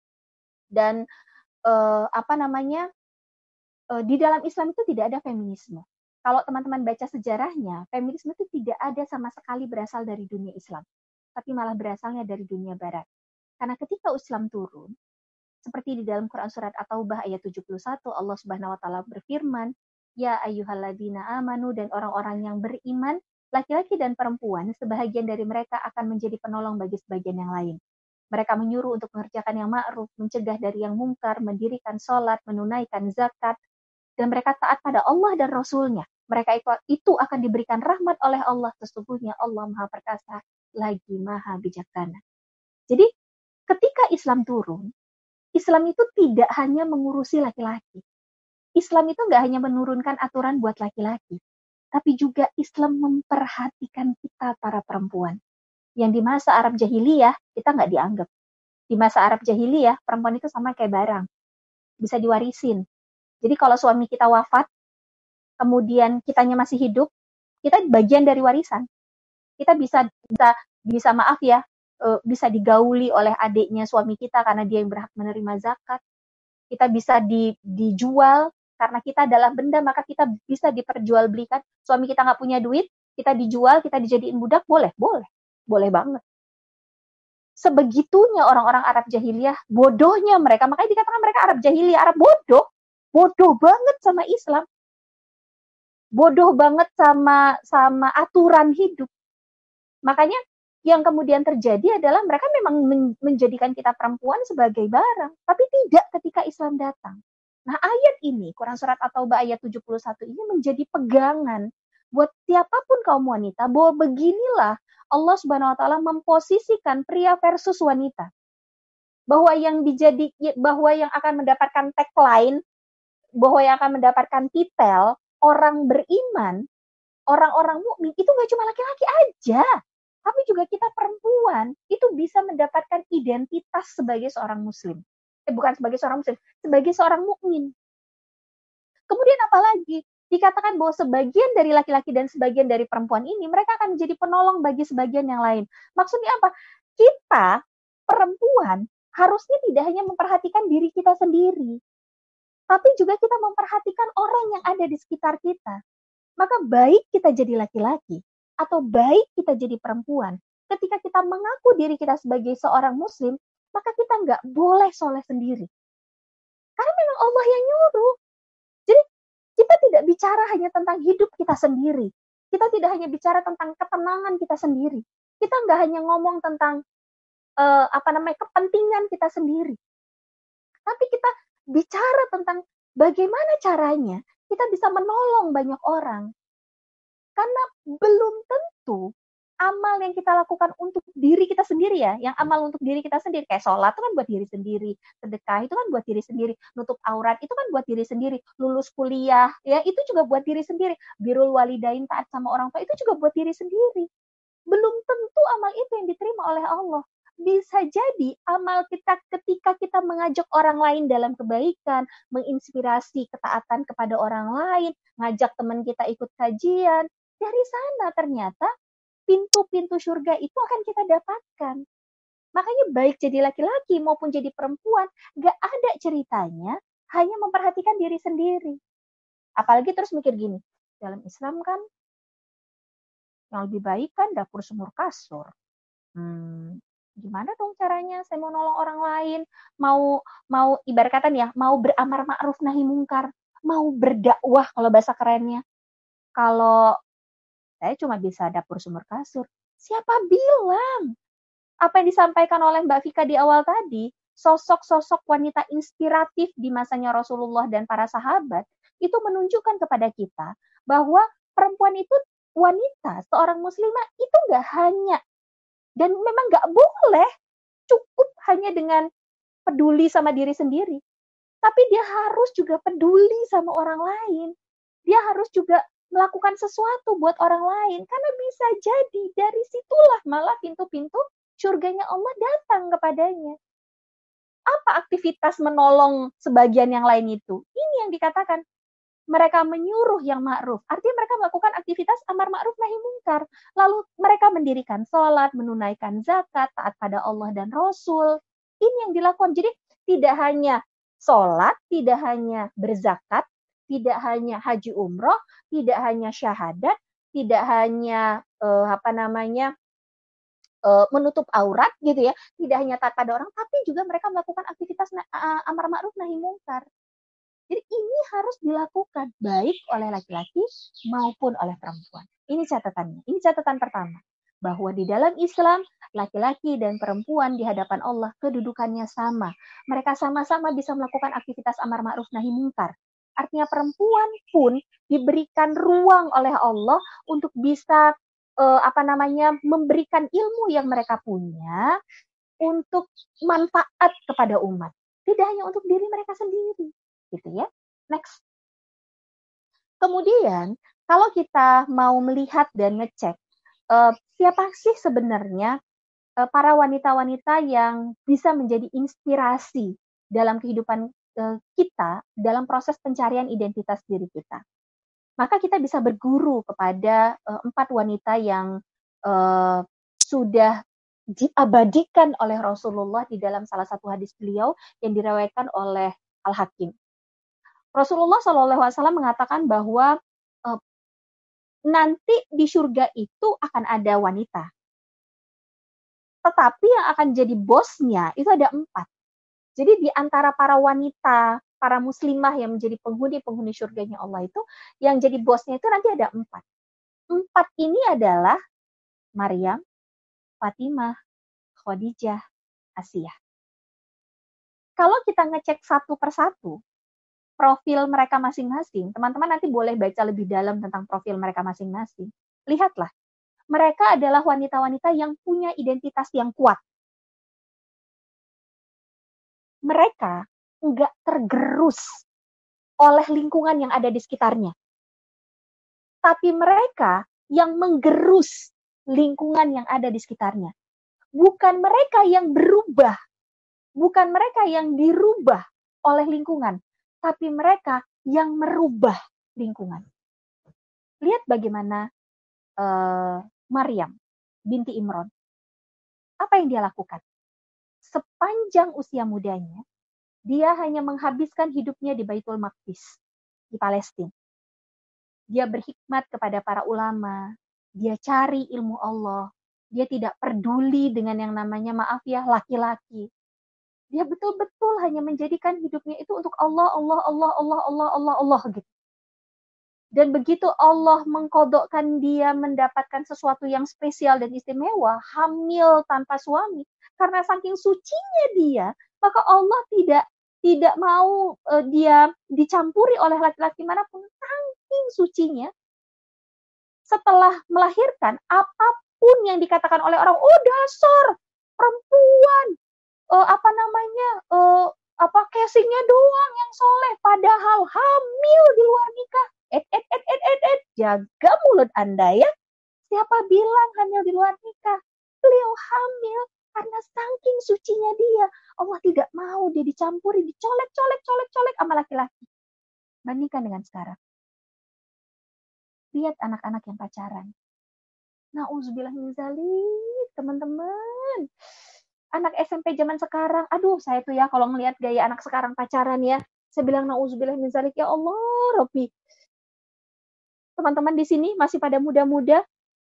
Dan e, apa namanya, e, di dalam Islam itu tidak ada feminisme. Kalau teman-teman baca sejarahnya, feminisme itu tidak ada sama sekali berasal dari dunia Islam, tapi malah berasalnya dari dunia barat. Karena ketika Islam turun, seperti di dalam Quran surat At-Taubah ayat tujuh puluh satu, Allah Subhanahu wa taala berfirman, "Ya ayyuhalladzina amanu," dan orang-orang yang beriman, laki-laki dan perempuan, sebahagian dari mereka akan menjadi penolong bagi sebagian yang lain. Mereka menyuruh untuk mengerjakan yang ma'ruf, mencegah dari yang mungkar, mendirikan sholat, menunaikan zakat, dan mereka taat pada Allah dan Rasul-Nya. Mereka itu akan diberikan rahmat oleh Allah. Sesungguhnya Allah Maha Perkasa lagi Maha Bijaksana. Jadi ketika Islam turun, Islam itu tidak hanya mengurusi laki-laki. Islam itu nggak hanya menurunkan aturan buat laki-laki, tapi juga Islam memperhatikan kita para perempuan. Yang di masa Arab Jahiliyah, kita nggak dianggap. Di masa Arab Jahiliyah, perempuan itu sama kayak barang. Bisa diwarisin. Jadi kalau suami kita wafat, kemudian kitanya masih hidup, kita bagian dari warisan. Kita bisa bisa bisa maaf ya, bisa digauli oleh adiknya suami kita karena dia yang berhak menerima zakat. Kita bisa di, dijual karena kita adalah benda, maka kita bisa diperjualbelikan. Suami kita nggak punya duit, kita dijual, kita dijadiin budak, boleh, boleh, boleh banget. Sebegitunya orang-orang Arab Jahiliyah, bodohnya mereka, makanya dikatakan mereka Arab Jahiliyah, Arab bodoh, bodoh banget sama Islam, bodoh banget sama sama aturan hidup. Makanya yang kemudian terjadi adalah mereka memang menjadikan kita perempuan sebagai barang, tapi tidak ketika Islam datang. Nah, ayat ini, Quran surat At-Taubah ayat tujuh puluh satu ini menjadi pegangan buat siapapun kaum wanita bahwa beginilah Allah Subhanahu wa taala memposisikan pria versus wanita. Bahwa yang dijadi bahwa yang akan mendapatkan tagline, bahwa yang akan mendapatkan titel orang beriman, orang-orang mukmin itu nggak cuma laki-laki aja. Tapi juga kita perempuan itu bisa mendapatkan identitas sebagai seorang muslim. Eh, bukan sebagai seorang muslim, sebagai seorang mukmin. Kemudian apalagi? Dikatakan bahwa sebagian dari laki-laki dan sebagian dari perempuan ini, mereka akan menjadi penolong bagi sebagian yang lain. Maksudnya apa? Kita, perempuan, harusnya tidak hanya memperhatikan diri kita sendiri, tapi juga kita memperhatikan orang yang ada di sekitar kita. Maka baik kita jadi laki-laki, atau baik kita jadi perempuan, ketika kita mengaku diri kita sebagai seorang muslim, maka kita nggak boleh soleh sendiri. Karena memang Allah yang nyuruh. Jadi kita tidak bicara hanya tentang hidup kita sendiri. Kita tidak hanya bicara tentang ketenangan kita sendiri. Kita nggak hanya ngomong tentang uh, apa namanya kepentingan kita sendiri. Tapi kita bicara tentang bagaimana caranya kita bisa menolong banyak orang. Karena belum tentu amal yang kita lakukan untuk diri kita sendiri ya, yang amal untuk diri kita sendiri, kayak sholat itu kan buat diri sendiri, sedekah itu kan buat diri sendiri, nutup aurat itu kan buat diri sendiri, lulus kuliah ya itu juga buat diri sendiri, birrul walidain, taat sama orang tua itu juga buat diri sendiri. Belum tentu amal itu yang diterima oleh Allah. bisa jadi amal kita ketika kita mengajak orang lain dalam kebaikan, menginspirasi ketaatan kepada orang lain, ngajak teman kita ikut kajian, dari sana ternyata pintu-pintu surga itu akan kita dapatkan. Makanya baik jadi laki-laki maupun jadi perempuan, gak ada ceritanya hanya memperhatikan diri sendiri. Apalagi terus mikir gini, dalam Islam kan yang lebih baik kan dapur sumur kasur. Hmm, gimana dong caranya saya mau nolong orang lain, mau mau ibarat kata nih ya, mau beramar ma'ruf nahi mungkar, mau berdakwah kalau bahasa kerennya. Kalau saya cuma bisa dapur sumur kasur, siapa bilang? Apa yang disampaikan oleh Mbak Vika di awal tadi, sosok-sosok wanita inspiratif di masanya Rasulullah dan para sahabat, itu menunjukkan kepada kita bahwa perempuan itu, wanita, seorang muslimah itu nggak hanya, dan memang nggak boleh cukup hanya dengan peduli sama diri sendiri. Tapi dia harus juga peduli sama orang lain. Dia harus juga melakukan sesuatu buat orang lain. Karena bisa jadi dari situlah malah pintu-pintu surganya Allah datang kepadanya. Apa aktivitas menolong sebagian yang lain itu? Ini yang dikatakan. Mereka menyuruh yang ma'ruf. Artinya mereka melakukan aktivitas amar ma'ruf nahi mungkar. Lalu mereka mendirikan sholat, menunaikan zakat, taat pada Allah dan Rasul. Ini yang dilakukan. Jadi tidak hanya sholat, tidak hanya berzakat, tidak hanya haji umroh, tidak hanya syahadat, tidak hanya eh, apa namanya eh, menutup aurat gitu ya, tidak hanya taat pada orang, tapi juga mereka melakukan aktivitas uh, amar ma'ruf nahi mungkar. Jadi ini harus dilakukan baik oleh laki-laki maupun oleh perempuan. Ini catatannya. Ini catatan pertama. Bahwa di dalam Islam, laki-laki dan perempuan di hadapan Allah kedudukannya sama. Mereka sama-sama bisa melakukan aktivitas amar ma'ruf nahi mungkar. Artinya perempuan pun diberikan ruang oleh Allah untuk bisa eh, apa namanya memberikan ilmu yang mereka punya untuk manfaat kepada umat. Tidak hanya untuk diri mereka sendiri. Gitu ya. Next. Kemudian, kalau kita mau melihat dan ngecek uh, siapa sih sebenarnya uh, para wanita-wanita yang bisa menjadi inspirasi dalam kehidupan uh, kita dalam proses pencarian identitas diri kita. Maka kita bisa berguru kepada uh, empat wanita yang uh, sudah diabadikan oleh Rasulullah di dalam salah satu hadis beliau yang diriwayatkan oleh Al-Hakim. Rasulullah shallallahu alaihi wasallam mengatakan bahwa e, nanti di surga itu akan ada wanita. Tetapi yang akan jadi bosnya itu ada empat. Jadi di antara para wanita, para muslimah yang menjadi penghuni-penghuni surganya Allah itu, yang jadi bosnya itu nanti ada empat. Empat ini adalah Maryam, Fatimah, Khadijah, Asiyah. Kalau kita ngecek satu persatu, profil mereka masing-masing, teman-teman nanti boleh baca lebih dalam tentang profil mereka masing-masing. Lihatlah, mereka adalah wanita-wanita yang punya identitas yang kuat. Mereka enggak tergerus oleh lingkungan yang ada di sekitarnya. Tapi mereka yang menggerus lingkungan yang ada di sekitarnya. Bukan mereka yang berubah, bukan mereka yang dirubah oleh lingkungan, tapi mereka yang merubah lingkungan. Lihat bagaimana uh, Maryam binti Imran. Apa yang dia lakukan? Sepanjang usia mudanya, dia hanya menghabiskan hidupnya di Baitul Maqdis, di Palestina. Dia berhikmat kepada para ulama, dia cari ilmu Allah, dia tidak peduli dengan yang namanya, maaf ya, laki-laki. Dia betul-betul hanya menjadikan hidupnya itu untuk Allah, Allah, Allah, Allah, Allah, Allah, Allah gitu. Dan begitu Allah mengkodokkan dia mendapatkan sesuatu yang spesial dan istimewa, hamil tanpa suami, karena saking sucinya dia, maka Allah tidak tidak mau uh, dia dicampuri oleh laki-laki manapun, saking sucinya. Setelah melahirkan, apapun yang dikatakan oleh orang, oh dasar perempuan, Uh, apa namanya, uh, apa casingnya doang yang soleh, padahal hamil di luar nikah. Et, et, et, et, et, et. Jaga mulut Anda ya. Siapa bilang hamil di luar nikah? Beliau hamil Karena saking sucinya dia, Allah tidak mau dia dicampuri, dicolek, colek, colek, colek sama laki-laki. Bandingkan dengan sekarang. Lihat anak-anak yang pacaran. Nauzubillah min dzalik, teman-teman. Anak S M P zaman sekarang, aduh saya tuh ya kalau ngelihat gaya anak sekarang pacaran ya, saya bilang nauzubillah min dzalik, ya Allah, Rabbi. Teman-teman di sini masih pada muda-muda,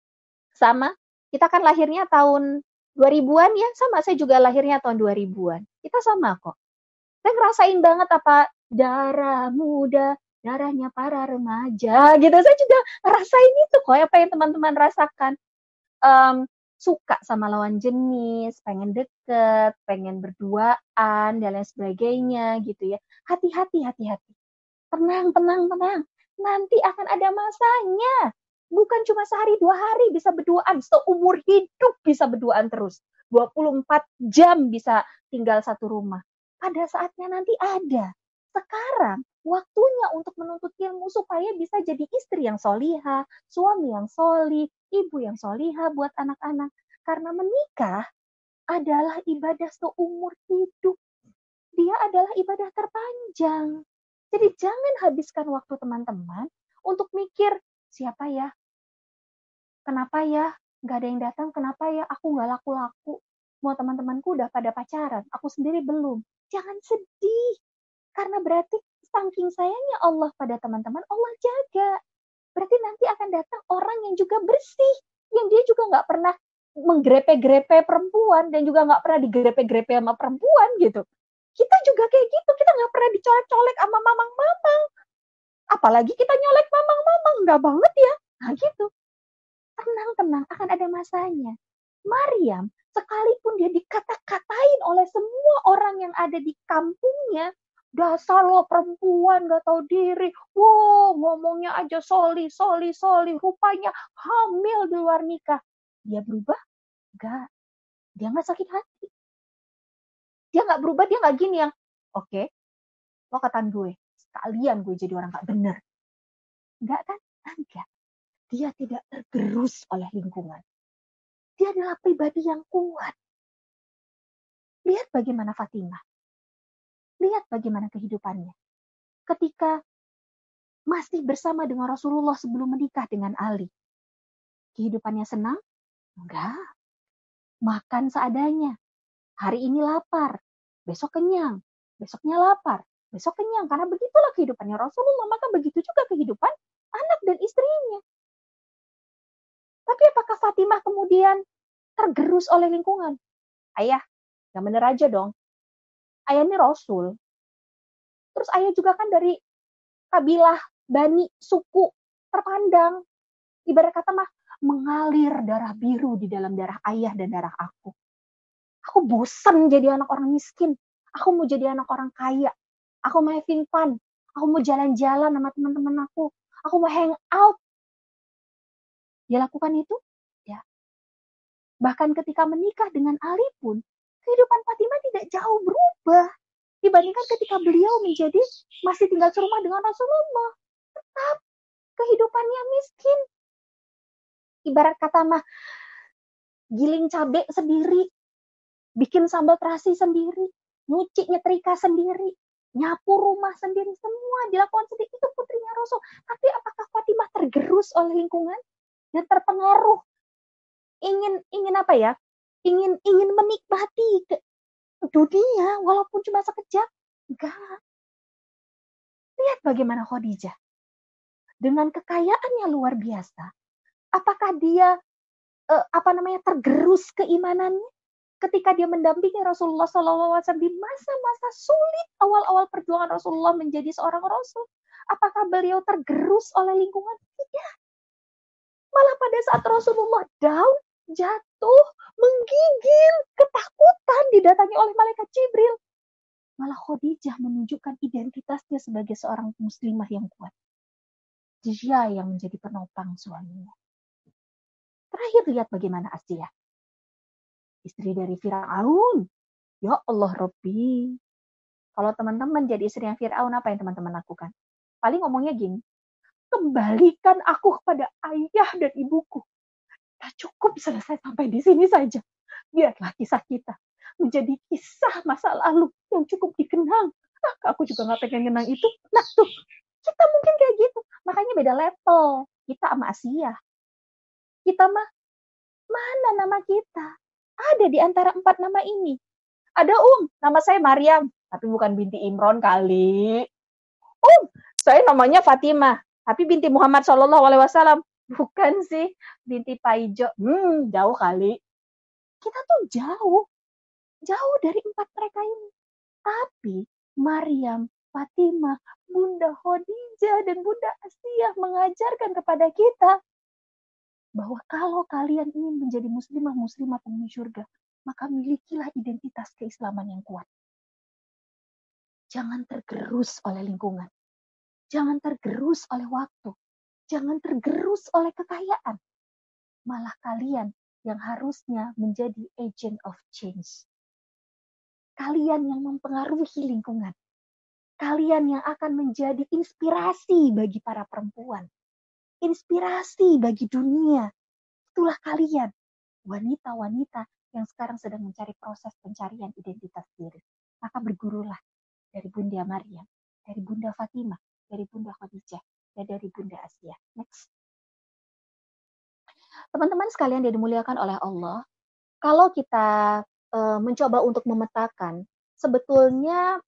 sama. Kita kan lahirnya tahun dua ribuan ya, sama saya juga lahirnya tahun dua ribuan. Kita sama kok. Saya ngerasain banget apa darah muda, darahnya para remaja gitu. Saya juga ngerasain itu kok, apa yang teman-teman rasakan. Um, suka sama lawan jenis, pengen deket, pengen berduaan, dan lain sebagainya gitu ya. Hati-hati, hati-hati. Tenang, tenang, tenang. Nanti akan ada masanya. Bukan cuma sehari dua hari bisa berduaan, seumur hidup bisa berduaan terus. dua puluh empat jam bisa tinggal satu rumah. Pada saatnya nanti ada. Sekarang waktunya untuk menuntut ilmu supaya bisa jadi istri yang solihah, suami yang solih, ibu yang solihah buat anak-anak. Karena menikah adalah ibadah seumur hidup. Dia adalah ibadah terpanjang. Jadi jangan habiskan waktu teman-teman untuk mikir, siapa ya? Kenapa ya? Gak ada yang datang, kenapa ya? Aku gak laku-laku. Mau teman-temanku udah pada pacaran, aku sendiri belum. Jangan sedih. Karena berarti saking sayangnya Allah pada teman-teman, Allah jaga. Berarti nanti akan datang orang yang juga bersih. Yang dia juga gak pernah menggrepe-grepe perempuan dan juga gak pernah digrepe-grepe sama perempuan gitu. Kita juga kayak gitu, kita gak pernah dicolek-colek sama mamang-mamang. Apalagi kita nyolek mamang-mamang, gak banget ya. Nah gitu. Tenang-tenang, akan ada masanya. Maryam, sekalipun dia dikata-katain oleh semua orang yang ada di kampungnya, dasar lo perempuan gak tahu diri, wow ngomongnya aja soli, soli, soli, rupanya hamil di luar nikah. Dia berubah? Enggak. Dia gak sakit hati. Dia gak berubah, dia gak gini yang, oke, okay, lo katain gue, sekalian gue jadi orang gak bener. Enggak kan? Enggak. Dia tidak tergerus oleh lingkungan. Dia adalah pribadi yang kuat. Lihat bagaimana Fatimah. Lihat bagaimana kehidupannya. Ketika masih bersama dengan Rasulullah sebelum menikah dengan Ali. Kehidupannya senang? Enggak. Makan seadanya. Hari ini lapar. Besok kenyang. Besoknya lapar. Besok kenyang. Karena begitulah kehidupannya Rasulullah. Maka begitu juga kehidupan anak dan istrinya. Tapi apakah Fatimah kemudian tergerus oleh lingkungan? Ayah, yang bener aja dong. Ayah ini Rasul. Terus ayah juga kan dari kabilah, bani, suku terpandang. Ibarat kata mah, mengalir darah biru di dalam darah ayah dan darah aku. Aku bosan jadi anak orang miskin. Aku mau jadi anak orang kaya. Aku mau having fun. Aku mau jalan-jalan sama teman-teman aku. Aku mau hang out. Dia lakukan itu? Ya. Bahkan ketika menikah dengan Ali pun, kehidupan Fatimah tidak jauh berubah. Dibandingkan ketika beliau menjadi masih tinggal serumah dengan Rasulullah. Tetap kehidupannya miskin. Ibarat kata mah, giling cabai sendiri, bikin sambal terasi sendiri, nyuci nyetrika sendiri, nyapu rumah sendiri, semua dilakukan sendiri. Itu putrinya Rasul. Tapi apakah Fatimah tergerus oleh lingkungan? Dan terpengaruh ingin ingin apa ya ingin ingin menikmati ke dunia walaupun cuma sekejap? Enggak. Lihat bagaimana Khadijah dengan kekayaan yang luar biasa. Apakah dia eh, apa namanya tergerus keimanannya ketika dia mendampingi Rasulullah shallallahu alaihi wasallam di masa-masa sulit awal-awal perjuangan Rasulullah menjadi seorang Rasul? Apakah beliau tergerus oleh lingkungan? Tidak. Malah pada saat Rasulullah down, jatuh, menggigil, ketakutan didatangi oleh malaikat Jibril. Malah Khadijah menunjukkan identitasnya sebagai seorang muslimah yang kuat. Dia yang menjadi penopang suaminya. Terakhir lihat bagaimana Asiyah. Istri dari Fir'aun. Ya Allah Rabbi. Kalau teman-teman jadi istri yang Fir'aun, apa yang teman-teman lakukan? Paling ngomongnya gini. Kembalikan aku kepada ayah dan ibuku. Nah, cukup selesai sampai di sini saja. biarlah kisah kita menjadi kisah masa lalu yang cukup dikenang. Ah, aku juga nggak pengen kenang itu. Nah tuh, kita mungkin kayak gitu. Makanya beda level. Kita sama Asia. Kita mah, mana nama kita? Ada di antara empat nama ini. Ada Um, nama saya Maryam. Tapi bukan binti Imron kali. Um, saya namanya Fatimah. Tapi binti Muhammad Shallallahu Alaihi Wasallam. Bukan sih, binti Paijo. Hmm, jauh kali. Kita tuh jauh. Jauh dari empat mereka ini. Tapi Maryam, Fatimah, Bunda Khadijah, dan Bunda Asiyah mengajarkan kepada kita bahwa kalau kalian ingin menjadi muslimah-muslimah penghuni surga, maka milikilah identitas keislaman yang kuat. Jangan tergerus oleh lingkungan. Jangan tergerus oleh waktu. Jangan tergerus oleh kekayaan. Malah kalian yang harusnya menjadi agent of change. Kalian yang mempengaruhi lingkungan. Kalian yang akan menjadi inspirasi bagi para perempuan. Inspirasi bagi dunia. Itulah kalian. Wanita-wanita yang sekarang sedang mencari proses pencarian identitas diri. Maka bergurulah dari Bunda Maryam, dari Bunda Fatimah, dari Bunda Khadijah, dan dari Bunda Asiyah. Next. Teman-teman sekalian yang dimuliakan oleh Allah, kalau kita uh, mencoba untuk memetakan, sebetulnya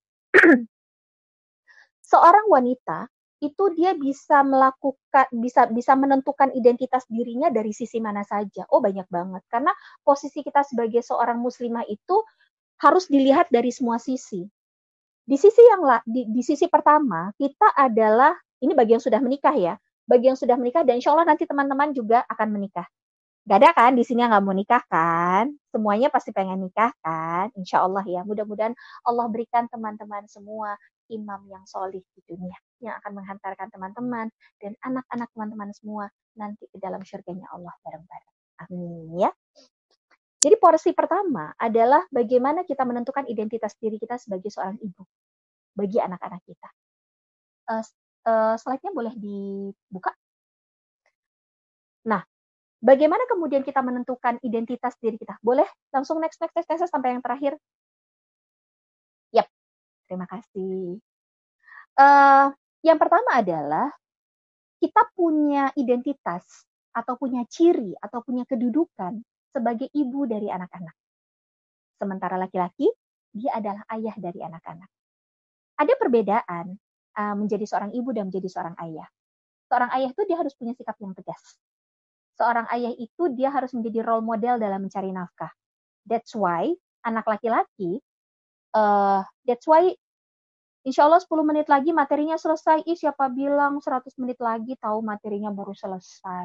seorang wanita itu dia bisa melakukan, bisa bisa menentukan identitas dirinya dari sisi mana saja. Oh, banyak banget. Karena posisi kita sebagai seorang muslimah itu harus dilihat dari semua sisi. Di sisi yang di, di sisi pertama, kita adalah, ini bagi yang sudah menikah ya, bagi yang sudah menikah, dan insya Allah nanti teman-teman juga akan menikah. Gak ada kan di sini yang gak mau nikah kan? Semuanya pasti pengen nikah kan? Insya Allah ya. Mudah-mudahan Allah berikan teman-teman semua imam yang solih di dunia. Yang akan menghantarkan teman-teman dan anak-anak teman-teman semua nanti ke dalam syurganya Allah bareng-bareng. Amin ya. Jadi porsi pertama adalah bagaimana kita menentukan identitas diri kita sebagai seorang ibu. Bagi anak-anak kita. Uh, uh, slide-nya boleh dibuka? Nah, bagaimana kemudian kita menentukan identitas diri kita? Boleh langsung next, next, next, next sampai yang terakhir? Yap, terima kasih. Uh, yang pertama adalah kita punya identitas atau punya ciri atau punya kedudukan sebagai ibu dari anak-anak. Sementara laki-laki, dia adalah ayah dari anak-anak. Ada perbedaan uh, menjadi seorang ibu dan menjadi seorang ayah. Seorang ayah itu dia harus punya sikap yang tegas. Seorang ayah itu dia harus menjadi role model dalam mencari nafkah. That's why anak laki-laki, uh, that's why insya Allah sepuluh menit lagi materinya selesai. Ih, siapa bilang seratus menit lagi tahu materinya baru selesai.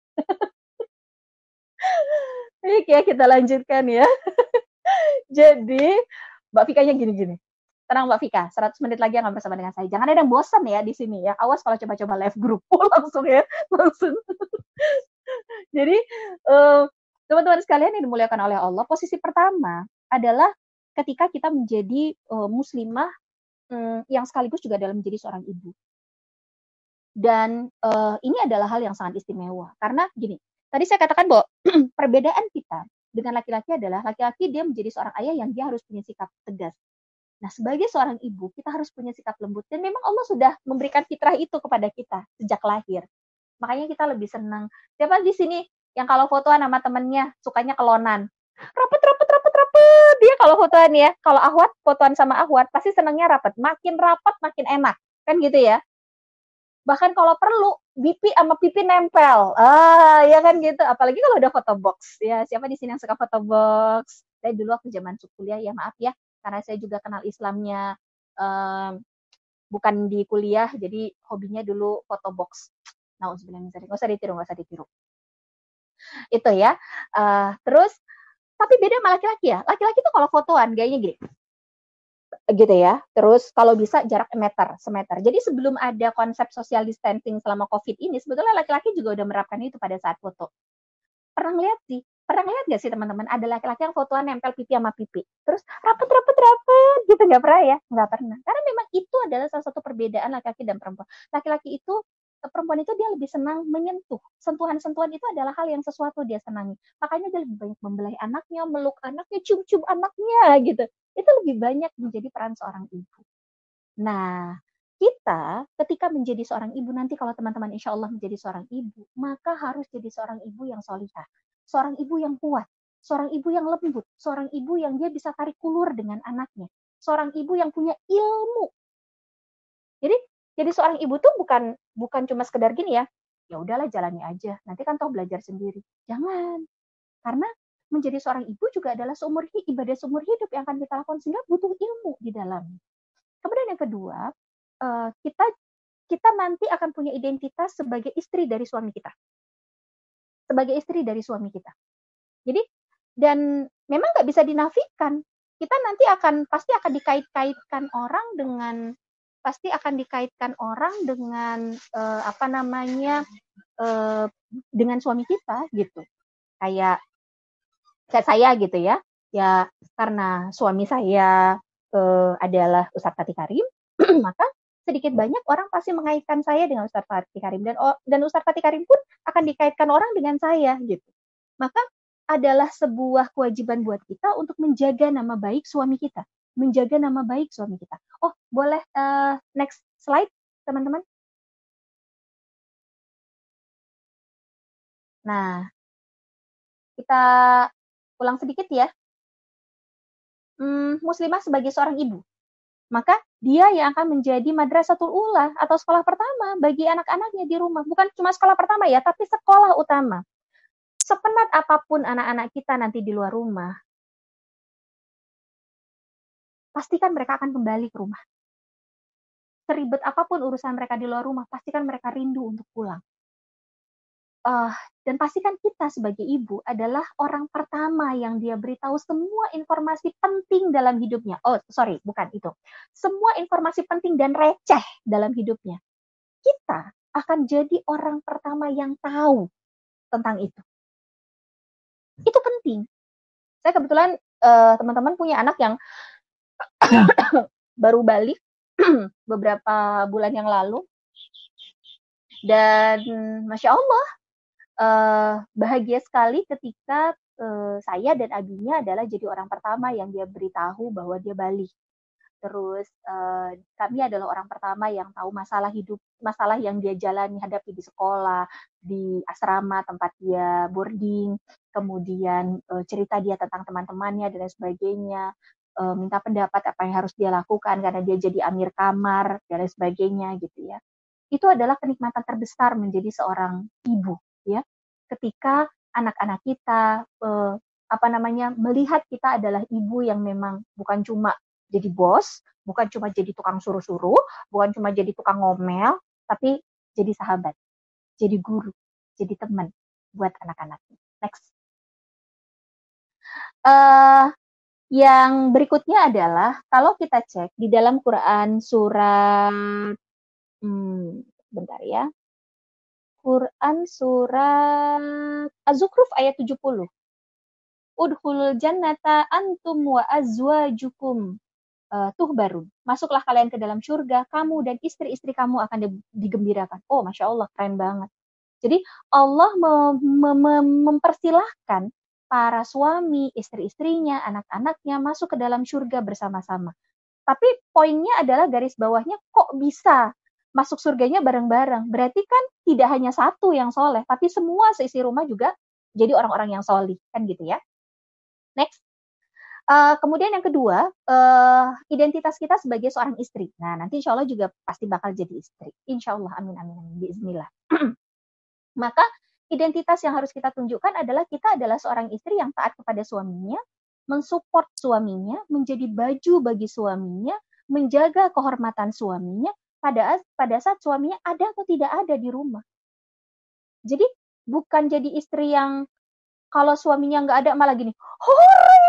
Oke, ya, kita lanjutkan ya. Jadi, Mbak Fikanya gini-gini. Tenang Mbak Fika, seratus menit lagi akan bersama dengan saya. Jangan ada yang bosan ya di sini ya. Awas kalau coba-coba live group. Oh, langsung ya, langsung. Jadi, uh, teman-teman sekalian yang dimuliakan oleh Allah, posisi pertama adalah ketika kita menjadi uh, muslimah um, yang sekaligus juga dalam menjadi seorang ibu. Dan uh, ini adalah hal yang sangat istimewa. Karena gini, tadi saya katakan bahwa perbedaan kita dengan laki-laki adalah laki-laki dia menjadi seorang ayah yang dia harus punya sikap tegas. Nah, sebagai seorang ibu, kita harus punya sikap lembut. Dan memang Allah sudah memberikan fitrah itu kepada kita sejak lahir. Makanya kita lebih senang. Siapa di sini yang kalau fotoan sama temennya sukanya kelonan? Rapet, rapet, rapet, rapet. Dia kalau fotoan ya, kalau Ahwat, fotoan sama Ahwat, pasti senangnya rapet. Makin rapet, makin enak. Kan gitu ya? Bahkan kalau perlu, pipi sama pipi nempel. Ah, ya kan gitu. Apalagi kalau udah foto box. Ya, siapa di sini yang suka foto box? Saya dulu waktu zaman kuliah, ya maaf ya. Karena saya juga kenal Islamnya um, bukan di kuliah, jadi hobinya dulu foto box. Nah, sebenarnya nggak usah ditiru, nggak usah ditiru. Itu ya. Uh, terus, tapi beda sama laki-laki ya. Laki-laki tuh kalau fotoan gayanya gini. Gitu ya. Terus kalau bisa jarak meter, semeter. Jadi sebelum ada konsep social distancing selama COVID ini, sebetulnya laki-laki juga udah menerapkan itu pada saat foto. Pernah ngeliat sih? Pernah ngeliat gak sih teman-teman? Ada laki-laki yang fotoan nempel pipi sama pipi. Terus rapet, rapet, rapet. Gitu nggak pernah ya? Nggak pernah. Karena memang itu adalah salah satu perbedaan laki-laki dan perempuan. Laki-laki itu perempuan itu dia lebih senang menyentuh. Sentuhan-sentuhan itu adalah hal yang sesuatu dia senangi. Makanya dia lebih banyak membelai anaknya, meluk anaknya, cium-cium anaknya gitu. Itu lebih banyak menjadi peran seorang ibu. Nah, kita ketika menjadi seorang ibu nanti kalau teman-teman insya Allah menjadi seorang ibu, maka harus jadi seorang ibu yang solihah. Seorang ibu yang kuat. Seorang ibu yang lembut. Seorang ibu yang dia bisa tarik ulur dengan anaknya. Seorang ibu yang punya ilmu. Jadi jadi seorang ibu tuh bukan bukan cuma sekedar gini ya, ya udahlah jalani aja, nanti kan toh belajar sendiri. Jangan, karena menjadi seorang ibu juga adalah seumur hidup, ibadah seumur hidup yang akan kita lakukan sehingga butuh ilmu di dalam. Kemudian yang kedua, uh, kita kita nanti akan punya identitas sebagai istri dari suami kita, sebagai istri dari suami kita. Jadi dan memang nggak bisa dinafikan, kita nanti akan pasti akan dikait-kaitkan orang dengan pasti akan dikaitkan orang dengan uh, apa namanya uh, dengan suami kita gitu. Kayak kayak saya gitu ya. Ya karena suami saya uh, adalah Ustadz Fatih Karim, maka sedikit banyak orang pasti mengaitkan saya dengan Ustadz Fatih Karim dan dan Ustadz Fatih Karim pun akan dikaitkan orang dengan saya gitu. Maka adalah sebuah kewajiban buat kita untuk menjaga nama baik suami kita. Menjaga nama baik suami kita. Oh, boleh uh, next slide, teman-teman. Nah, kita ulang sedikit ya. Hmm, muslimah sebagai seorang ibu. Maka dia yang akan menjadi madrasatul ula atau sekolah pertama bagi anak-anaknya di rumah. Bukan cuma sekolah pertama ya, tapi sekolah utama. Sepenat apapun anak-anak kita nanti di luar rumah, pastikan mereka akan kembali ke rumah. Seribet apapun urusan mereka di luar rumah, pastikan mereka rindu untuk pulang. Uh, dan pastikan kita sebagai ibu adalah orang pertama yang dia beritahu semua informasi penting dalam hidupnya. Oh, sorry, bukan itu. Semua informasi penting dan receh dalam hidupnya. Kita akan jadi orang pertama yang tahu tentang itu. Itu penting. Saya kebetulan uh, teman-teman punya anak yang baru balik beberapa bulan yang lalu. Dan Masya Allah, uh, bahagia sekali ketika uh, saya dan abinya adalah jadi orang pertama yang dia beritahu bahwa dia balik. Terus uh, kami adalah orang pertama yang tahu masalah hidup, masalah yang dia jalani hadapi di sekolah, di asrama tempat dia boarding, kemudian uh, cerita dia tentang teman-temannya dan sebagainya, uh, minta pendapat apa yang harus dia lakukan karena dia jadi amir kamar dan sebagainya gitu ya. Itu adalah kenikmatan terbesar menjadi seorang ibu ya. Ketika anak-anak kita uh, apa namanya melihat kita adalah ibu yang memang bukan cuma jadi bos, bukan cuma jadi tukang suruh-suruh, bukan cuma jadi tukang ngomel, tapi jadi sahabat, jadi guru, jadi teman buat anak-anak. Next. Uh, yang berikutnya adalah kalau kita cek di dalam Quran surat, hmm, bentar ya, Quran surat Az-Zukhruf ayat tujuh puluh. Udkhulul jannata antum wa azwajukum Uh, tuh baru, masuklah kalian ke dalam surga, kamu dan istri-istri kamu akan digembirakan. Oh, Masya Allah, keren banget. Jadi Allah mem mem mempersilahkan para suami, istri-istrinya, anak-anaknya masuk ke dalam surga bersama-sama. Tapi poinnya adalah garis bawahnya kok bisa masuk surganya bareng-bareng. Berarti kan tidak hanya satu yang soleh, tapi semua seisi rumah juga jadi orang-orang yang solih. Kan gitu ya. Next. Uh, kemudian yang kedua, uh, identitas kita sebagai seorang istri. Nah, nanti insya Allah juga pasti bakal jadi istri. Insya Allah, amin, amin, amin. Bismillah. Maka identitas yang harus kita tunjukkan adalah kita adalah seorang istri yang taat kepada suaminya, mensupport suaminya, menjadi baju bagi suaminya, menjaga kehormatan suaminya pada, pada saat suaminya ada atau tidak ada di rumah. Jadi bukan jadi istri yang kalau suaminya nggak ada malah gini, hore!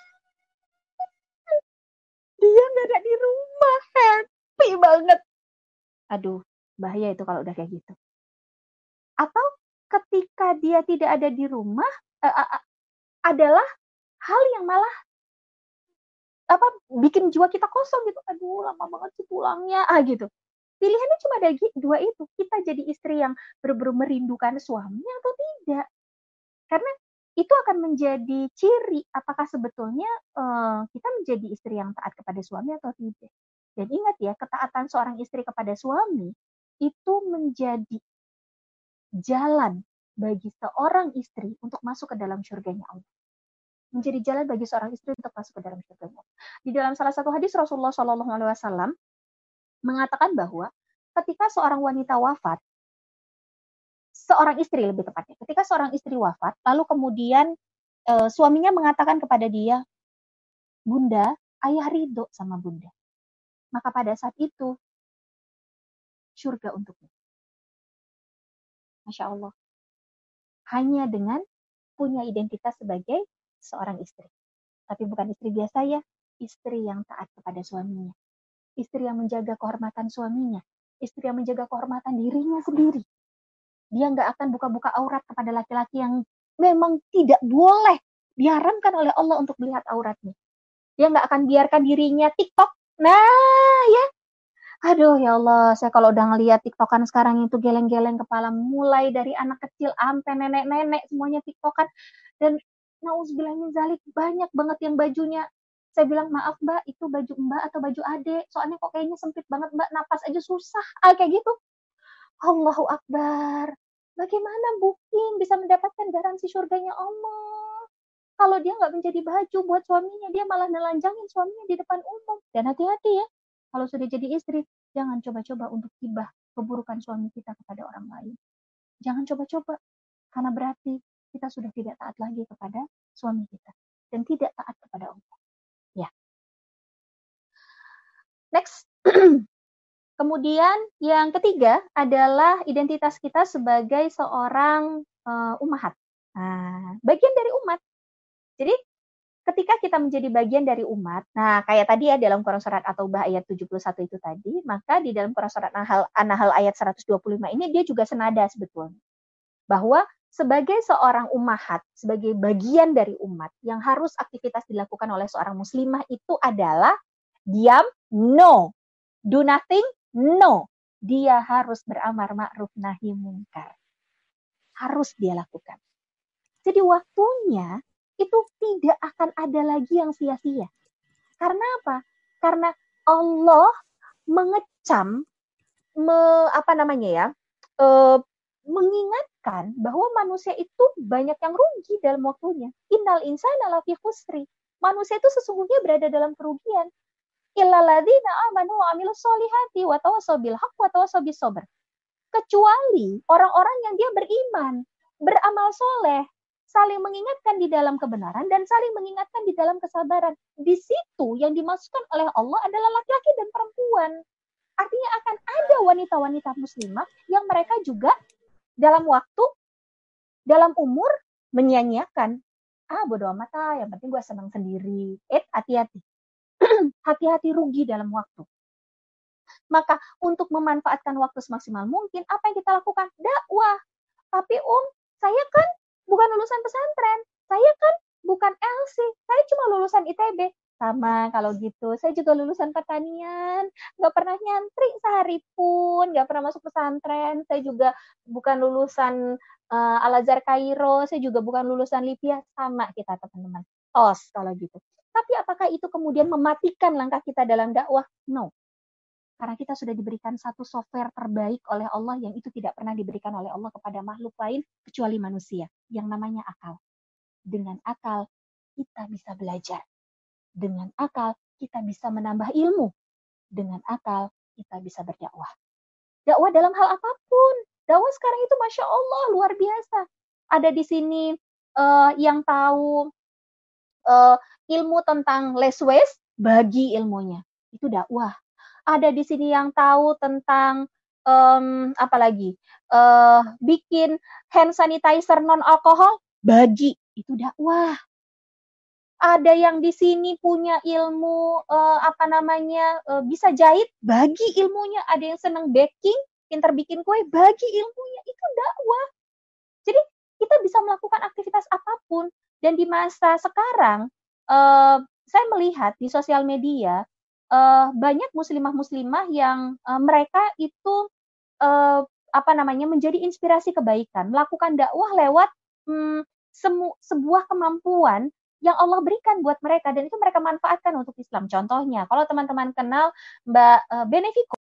Dia nggak ada di rumah, happy banget. Aduh, bahaya itu kalau udah kayak gitu. Atau ketika dia tidak ada di rumah, uh, uh, adalah hal yang malah apa bikin jiwa kita kosong gitu. Aduh, lama banget sih pulangnya, ah gitu. Pilihannya cuma ada dua itu. Kita jadi istri yang benar-benar merindukan suaminya atau tidak. Karena itu akan menjadi ciri apakah sebetulnya uh, kita menjadi istri yang taat kepada suami atau tidak. Dan ingat ya, ketaatan seorang istri kepada suami itu menjadi jalan bagi seorang istri untuk masuk ke dalam surganya Allah. Menjadi jalan bagi seorang istri untuk masuk ke dalam surganya Allah. Di dalam salah satu hadis Rasulullah shallallahu alaihi wasallam mengatakan bahwa ketika seorang wanita wafat, seorang istri lebih tepatnya, ketika seorang istri wafat, lalu kemudian e, suaminya mengatakan kepada dia, Bunda, ayah ridho sama Bunda. Maka pada saat itu, surga untukmu. Masya Allah. Hanya dengan punya identitas sebagai seorang istri. Tapi bukan istri biasa ya, istri yang taat kepada suaminya. Istri yang menjaga kehormatan suaminya. Istri yang menjaga kehormatan dirinya sendiri. Dia nggak akan buka-buka aurat kepada laki-laki yang memang tidak boleh, diharamkan oleh Allah untuk melihat auratnya. Dia nggak akan biarkan dirinya TikTok. Nah ya, aduh ya Allah, saya kalau udah ngeliat TikTokan sekarang itu geleng-geleng kepala, mulai dari anak kecil sampai nenek-nenek semuanya TikTokan. Dan nauzubillah min zalik, banyak banget yang bajunya. Saya bilang, maaf mbak, itu baju mbak atau baju adek, soalnya kok kayaknya sempit banget mbak, napas aja susah, ah, kayak gitu. Allahu Akbar. Bagaimana mungkin bisa mendapatkan garansi surganya Allah? Kalau dia nggak menjadi baju buat suaminya, dia malah nelanjangin suaminya di depan umum. Dan hati-hati ya, kalau sudah jadi istri, jangan coba-coba untuk hibah keburukan suami kita kepada orang lain. Jangan coba-coba, karena berarti kita sudah tidak taat lagi kepada suami kita. Dan tidak taat kepada Allah. Ya. Next. Kemudian yang ketiga adalah identitas kita sebagai seorang uh, ummahat. Nah, bagian dari umat. Jadi ketika kita menjadi bagian dari umat, nah kayak tadi ya dalam Quran surat At-Taubah ayat tujuh puluh satu itu tadi, maka di dalam Quran surat An-Nahl, An-Nahl ayat seratus dua puluh lima ini dia juga senada sebetulnya. Bahwa sebagai seorang ummahat, sebagai bagian dari umat yang harus aktivitas dilakukan oleh seorang muslimah itu adalah diam, no. Do nothing, no. Dia harus beramar ma'ruf nahi mungkar. Harus dia lakukan. Jadi waktunya itu tidak akan ada lagi yang sia-sia. Karena apa? Karena Allah mengecam, me, apa namanya ya, e, mengingatkan bahwa manusia itu banyak yang rugi dalam waktunya. Innal insana lafi khusri. Manusia itu sesungguhnya berada dalam kerugian. Illalladzina amanu wa amilus solihati wa tawassaw bil haqq wa tawassaw bis sabr. Kecuali orang-orang yang dia beriman, beramal soleh, saling mengingatkan di dalam kebenaran dan saling mengingatkan di dalam kesabaran. Di situ yang dimaksudkan oleh Allah adalah laki-laki dan perempuan. Artinya akan ada wanita-wanita muslimah yang mereka juga dalam waktu, dalam umur menyia-nyiakan. Ah, bodo amat ah, yang penting gue senang sendiri. Eh, hati-hati. Hati-hati rugi dalam waktu. Maka untuk memanfaatkan waktu semaksimal mungkin, apa yang kita lakukan? Dakwah. Tapi um, saya kan bukan lulusan pesantren. Saya kan bukan L C. Saya cuma lulusan I T B. Sama kalau gitu. Saya juga lulusan pertanian. Nggak pernah nyantri sehari pun. Nggak pernah masuk pesantren. Saya juga bukan lulusan uh, Al-Azhar Kairo. Saya juga bukan lulusan Libya. Sama kita teman-teman. Tos kalau gitu. Tapi apakah itu kemudian mematikan langkah kita dalam dakwah? No. Karena kita sudah diberikan satu software terbaik oleh Allah yang itu tidak pernah diberikan oleh Allah kepada makhluk lain kecuali manusia. Yang namanya akal. Dengan akal kita bisa belajar. Dengan akal kita bisa menambah ilmu. Dengan akal kita bisa berdakwah. Dakwah dalam hal apapun. Dakwah sekarang itu Masya Allah luar biasa. Ada di sini uh, yang tahu uh, ilmu tentang less waste, bagi ilmunya. Itu dakwah. Ada di sini yang tahu tentang um, apa lagi? Uh, bikin hand sanitizer non alkohol, bagi. Itu dakwah. Ada yang di sini punya ilmu uh, apa namanya? Uh, bisa jahit, bagi ilmunya. Ada yang senang baking, pintar bikin kue, bagi ilmunya. Itu dakwah. Jadi kita bisa melakukan aktivitas apapun. Dan di masa sekarang Uh, saya melihat di sosial media uh, banyak muslimah-muslimah yang uh, mereka itu uh, apa namanya menjadi inspirasi kebaikan, melakukan dakwah lewat hmm, semu, sebuah kemampuan yang Allah berikan buat mereka dan itu mereka manfaatkan untuk Islam. Contohnya, kalau teman-teman kenal Mbak uh, Benefico.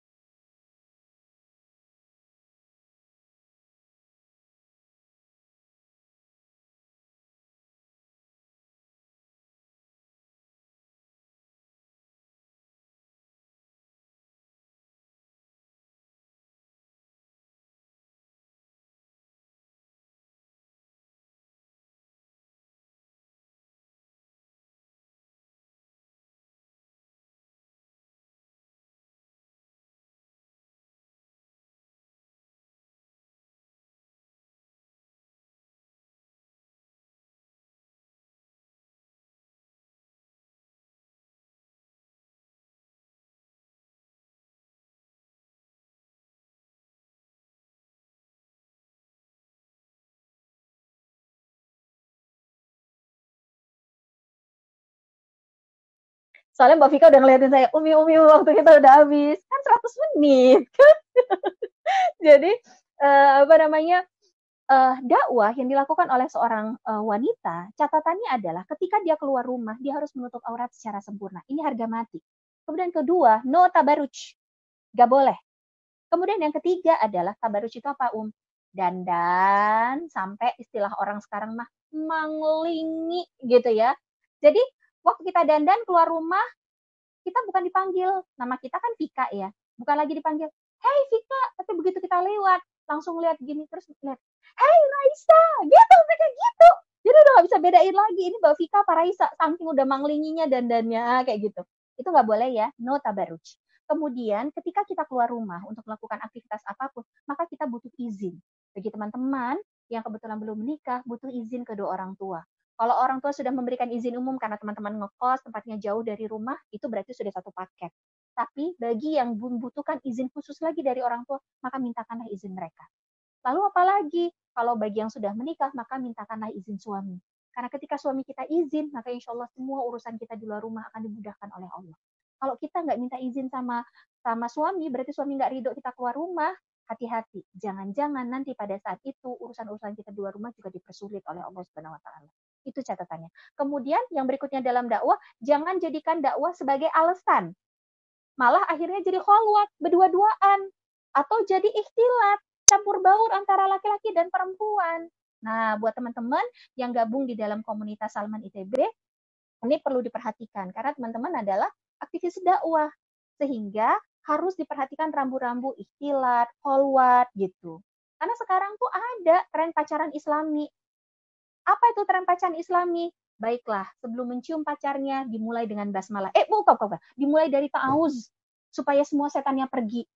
Soalnya Mbak Vika udah ngeliatin saya, Umi-Umi waktu kita udah habis. Kan seratus menit. Jadi, uh, apa namanya, uh, dakwah yang dilakukan oleh seorang uh, wanita, catatannya adalah ketika dia keluar rumah, dia harus menutup aurat secara sempurna. Ini harga mati. Kemudian kedua, no tabaruj. Gak boleh. Kemudian yang ketiga adalah tabaruj itu apa, Um? Dandan, sampai istilah orang sekarang mah manglingi gitu ya. Jadi, waktu kita dandan keluar rumah, kita bukan dipanggil. Nama kita kan Vika ya. Bukan lagi dipanggil, hey Vika. Tapi begitu kita lewat, langsung lihat gini, terus lihat, hey Raisa. Gitu, kayak gitu. Jadi udah gak bisa bedain lagi, ini Mbak Vika apa Raisa. Saking udah manglinginya dandannya, kayak gitu. Itu gak boleh ya, no tabaruj. Kemudian ketika kita keluar rumah untuk melakukan aktivitas apapun, maka kita butuh izin. Bagi teman-teman yang kebetulan belum menikah, butuh izin kedua orang tua. Kalau orang tua sudah memberikan izin umum karena teman-teman ngekos, tempatnya jauh dari rumah, itu berarti sudah satu paket. Tapi bagi yang membutuhkan izin khusus lagi dari orang tua, maka mintakanlah izin mereka. Lalu apalagi, kalau bagi yang sudah menikah, maka mintakanlah izin suami. Karena ketika suami kita izin, maka insya Allah semua urusan kita di luar rumah akan dimudahkan oleh Allah. Kalau kita nggak minta izin sama sama suami, berarti suami nggak ridho kita keluar rumah, hati-hati. Jangan-jangan nanti pada saat itu, urusan-urusan kita di luar rumah juga dipersulit oleh Allah Subhanahu wa Ta'ala. Itu catatannya. Kemudian yang berikutnya dalam dakwah, jangan jadikan dakwah sebagai alasan. Malah akhirnya jadi kholwat, berdua-duaan. Atau jadi ikhtilat, campur baur antara laki-laki dan perempuan. Nah, buat teman-teman yang gabung di dalam komunitas Salman I T B, ini perlu diperhatikan. Karena teman-teman adalah aktivis dakwah. Sehingga harus diperhatikan rambu-rambu ikhtilat, kholwat, gitu. Karena sekarang tuh ada tren pacaran islami. Apa itu tren pacaran islami? Baiklah, sebelum mencium pacarnya, dimulai dengan basmalah. Eh, bukan, bukan, bukan. Dimulai dari ta'awuz, supaya semua setannya pergi.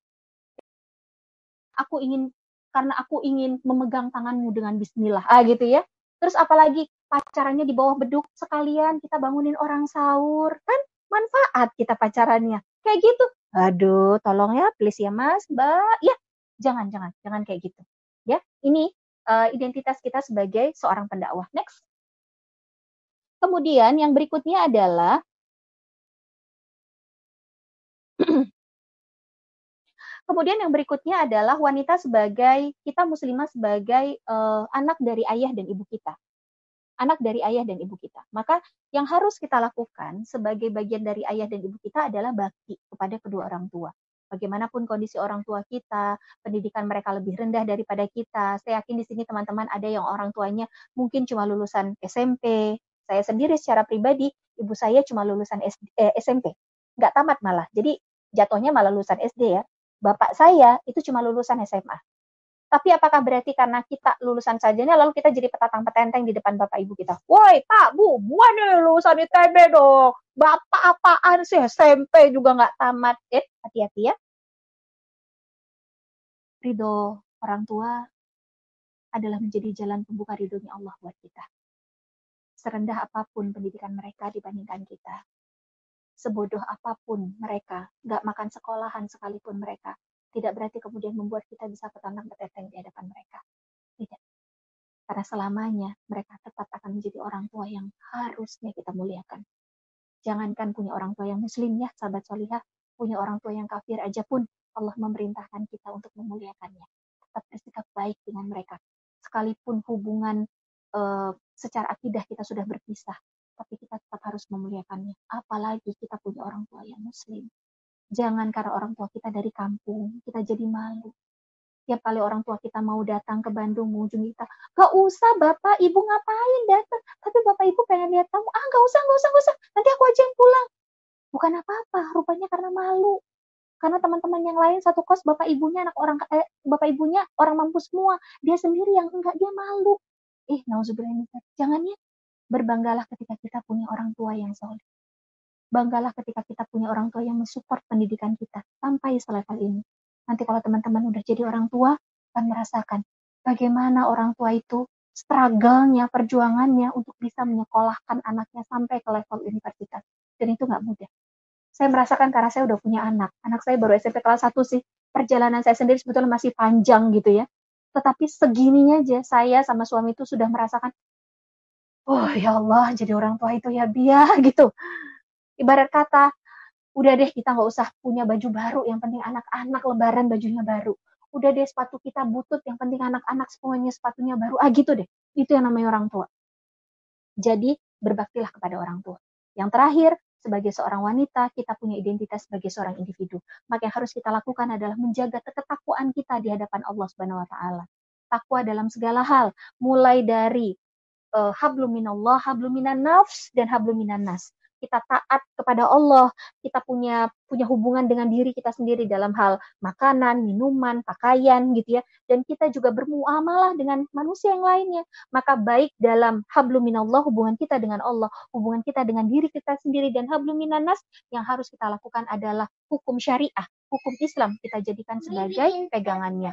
Aku ingin, karena aku ingin memegang tanganmu dengan bismillah. Ah, gitu ya. Terus apalagi, pacarannya di bawah beduk, sekalian kita bangunin orang sahur. Kan manfaat kita pacarannya. Kayak gitu. Aduh, tolong ya, please ya mas, mbak. Ya, jangan, jangan, jangan kayak gitu. Ya, ini Uh, identitas kita sebagai seorang pendakwah. Next. Kemudian yang berikutnya adalah kemudian yang berikutnya adalah wanita sebagai kita muslimah sebagai uh, anak dari ayah dan ibu kita. Anak dari ayah dan ibu kita. Maka yang harus kita lakukan sebagai bagian dari ayah dan ibu kita adalah bakti kepada kedua orang tua. Bagaimanapun kondisi orang tua kita, pendidikan mereka lebih rendah daripada kita. Saya yakin di sini teman-teman ada yang orang tuanya mungkin cuma lulusan S M P. Saya sendiri secara pribadi, ibu saya cuma lulusan S D, eh, S M P. Nggak tamat malah. Jadi jatuhnya malah lulusan S D ya. Bapak saya itu cuma lulusan S M A. Tapi apakah berarti karena kita lulusan sarjana lalu kita jadi petatang petenteng di depan bapak ibu kita? Woi pak, bu, buah nih lulusan I T B dong. Bapak apaan sih S M P juga nggak tamat? Eh, hati-hati ya. Ridho orang tua adalah menjadi jalan pembuka ridhonya Allah buat kita. Serendah apapun pendidikan mereka dibandingkan kita. Sebodoh apapun mereka, nggak makan sekolahan sekalipun mereka. Tidak berarti kemudian membuat kita bisa petantang petenteng di hadapan mereka. Tidak. Karena selamanya mereka tetap akan menjadi orang tua yang harusnya kita muliakan. Jangankan punya orang tua yang muslim ya, sahabat solihah, punya orang tua yang kafir aja pun Allah memerintahkan kita untuk memuliakannya. Tetap bersikap baik dengan mereka. Sekalipun hubungan uh, secara akidah kita sudah berpisah, tapi kita tetap harus memuliakannya. Apalagi kita punya orang tua yang muslim. Jangan karena orang tua kita dari kampung, kita jadi malu. Tiap kali orang tua kita mau datang ke Bandung, mengunjungi kita, gak usah bapak, ibu ngapain datang? Tapi bapak ibu pengen lihat kamu, ah gak usah, gak usah, gak usah, nanti aku aja yang pulang. Bukan apa-apa, rupanya karena malu. Karena teman-teman yang lain satu kos, bapak ibunya anak orang, eh, bapak ibunya orang mampu semua, dia sendiri yang enggak, dia malu. Eh, nauzubillah, jangan ya, berbanggalah ketika kita punya orang tua yang soleh. Banggalah ketika kita punya orang tua yang mensupport pendidikan kita sampai selevel ini. Nanti kalau teman-teman udah jadi orang tua, akan merasakan bagaimana orang tua itu struggle-nya, perjuangannya untuk bisa menyekolahkan anaknya sampai ke level universitas. Dan itu nggak mudah. Saya merasakan karena saya udah punya anak. Anak saya baru S M P kelas satu sih. Perjalanan saya sendiri sebetulnya masih panjang gitu ya. Tetapi segininya aja saya sama suami itu sudah merasakan, oh ya Allah, jadi orang tua itu ya biar gitu. Ibarat kata, udah deh kita nggak usah punya baju baru, yang penting anak-anak lebaran bajunya baru. Udah deh sepatu kita butut, yang penting anak-anak semuanya sepatunya baru. Ah gitu deh, itu yang namanya orang tua. Jadi berbaktilah kepada orang tua. Yang terakhir, sebagai seorang wanita, kita punya identitas sebagai seorang individu. Maka yang harus kita lakukan adalah menjaga ketakwaan kita di hadapan Allah Subhanahu wa taala. Takwa dalam segala hal, mulai dari uh, hablum minallah, hablum minan nafs, dan hablum minan nas. Kita taat kepada Allah, kita punya punya hubungan dengan diri kita sendiri dalam hal makanan, minuman, pakaian gitu ya. Dan kita juga bermuamalah dengan manusia yang lainnya. Maka baik dalam hablum minallah, hubungan kita dengan Allah, hubungan kita dengan diri kita sendiri, dan hablum minan nas, yang harus kita lakukan adalah hukum syariah, hukum Islam kita jadikan sebagai pegangannya.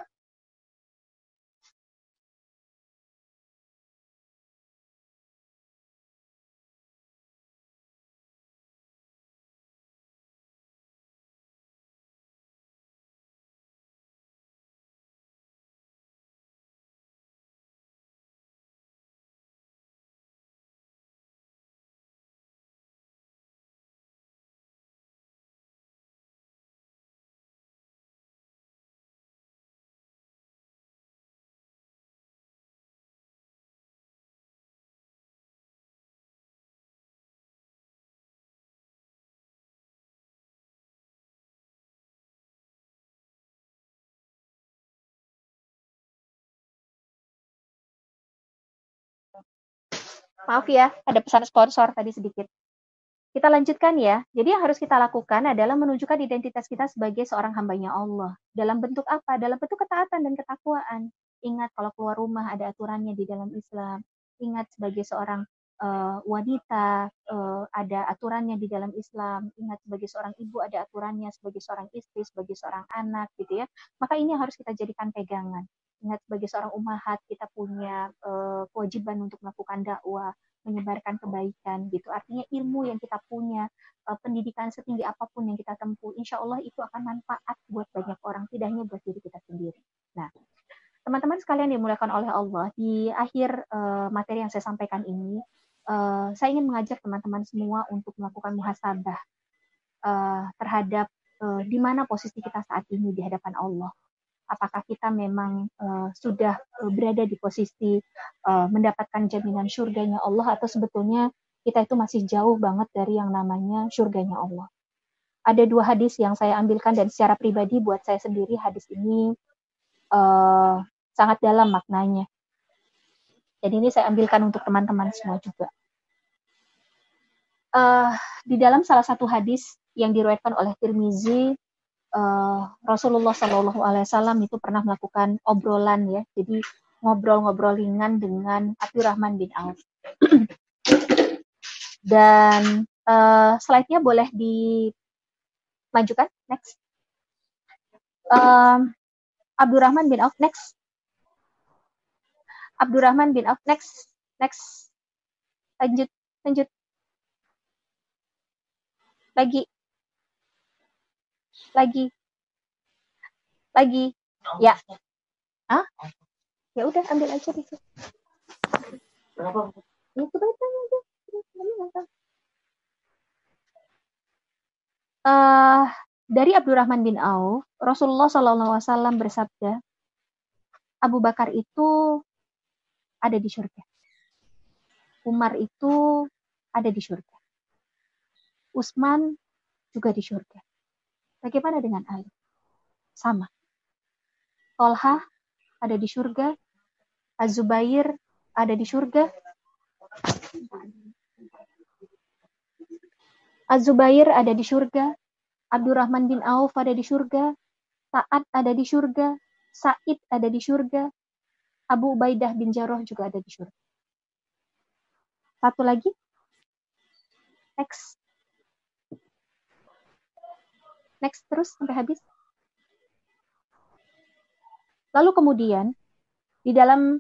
Maaf ya, ada pesan sponsor tadi sedikit. Kita lanjutkan ya. Jadi yang harus kita lakukan adalah menunjukkan identitas kita sebagai seorang hambanya Allah. Dalam bentuk apa? Dalam bentuk ketaatan dan ketakwaan. Ingat kalau keluar rumah ada aturannya di dalam Islam. Ingat sebagai seorang uh, wanita uh, ada aturannya di dalam Islam. Ingat sebagai seorang ibu ada aturannya, sebagai seorang istri, sebagai seorang anak gitu ya. Maka ini yang harus kita jadikan pegangan. Ingat sebagai seorang ummahat kita punya uh, kewajiban untuk melakukan dakwah, menyebarkan kebaikan gitu. Artinya ilmu yang kita punya, uh, pendidikan setinggi apapun yang kita tempuh, insya Allah itu akan manfaat buat banyak orang, tidak hanya buat diri kita sendiri. Nah, teman-teman sekalian dimuliakan oleh Allah, di akhir uh, materi yang saya sampaikan ini, uh, saya ingin mengajak teman-teman semua untuk melakukan muhasabah uh, terhadap uh, di mana posisi kita saat ini di hadapan Allah. Apakah kita memang uh, sudah uh, berada di posisi uh, mendapatkan jaminan surganya Allah, atau sebetulnya kita itu masih jauh banget dari yang namanya surganya Allah. Ada dua hadis yang saya ambilkan, dan secara pribadi buat saya sendiri hadis ini uh, sangat dalam maknanya. Jadi ini saya ambilkan untuk teman-teman semua juga. Uh, di dalam salah satu hadis yang diriwayatkan oleh Tirmizi, Uh, Rasulullah Shallallahu Alaihi Wasallam itu pernah melakukan obrolan ya, jadi ngobrol-ngobrol ringan dengan Abdurrahman bin Auf. Dan uh, slide-nya boleh dimajukan, next. Uh, Abdurrahman bin Auf, next. Abdurrahman bin Auf, next, next. Lanjut, lanjut. Lagi. Lagi, lagi, ya, ah, ya udah ambil aja gitu. Berapa? Ya coba tanya aja. uh, dari Abdurrahman bin Auf, Rasulullah shallallahu alaihi wasallam bersabda, Abu Bakar itu ada di surga. Umar itu ada di surga. Utsman juga di surga. Bagaimana dengan Ali? Sama. Tolha ada di surga. Az-Zubair ada di surga. Az-Zubair ada di surga. Abdurrahman bin Auf ada di surga. Sa'ad ada di surga. Sa'id ada di surga. Abu Ubaidah bin Jarrah juga ada di surga. Satu lagi. Next. Next terus sampai habis. Lalu kemudian di dalam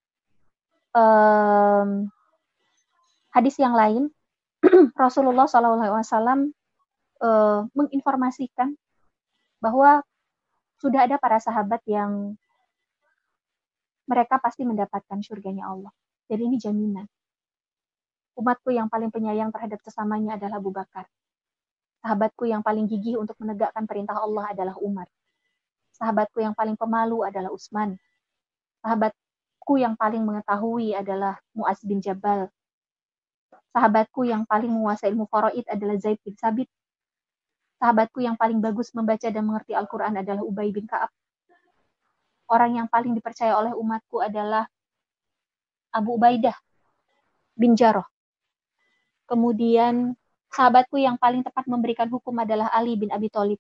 um, hadis yang lain, Rasulullah shallallahu alaihi wasallam uh, menginformasikan bahwa sudah ada para sahabat yang mereka pasti mendapatkan surganya Allah. Dan ini jaminan. Umatku yang paling penyayang terhadap sesamanya adalah Abu Bakar. Sahabatku yang paling gigih untuk menegakkan perintah Allah adalah Umar. Sahabatku yang paling pemalu adalah Utsman. Sahabatku yang paling mengetahui adalah Mu'az bin Jabal. Sahabatku yang paling menguasai ilmu faraid adalah Zaid bin Sabit. Sahabatku yang paling bagus membaca dan mengerti Al-Quran adalah Ubay bin Ka'ab. Orang yang paling dipercaya oleh umatku adalah Abu Ubaidah bin Jarrah. Kemudian sahabatku yang paling tepat memberikan hukum adalah Ali bin Abi Thalib.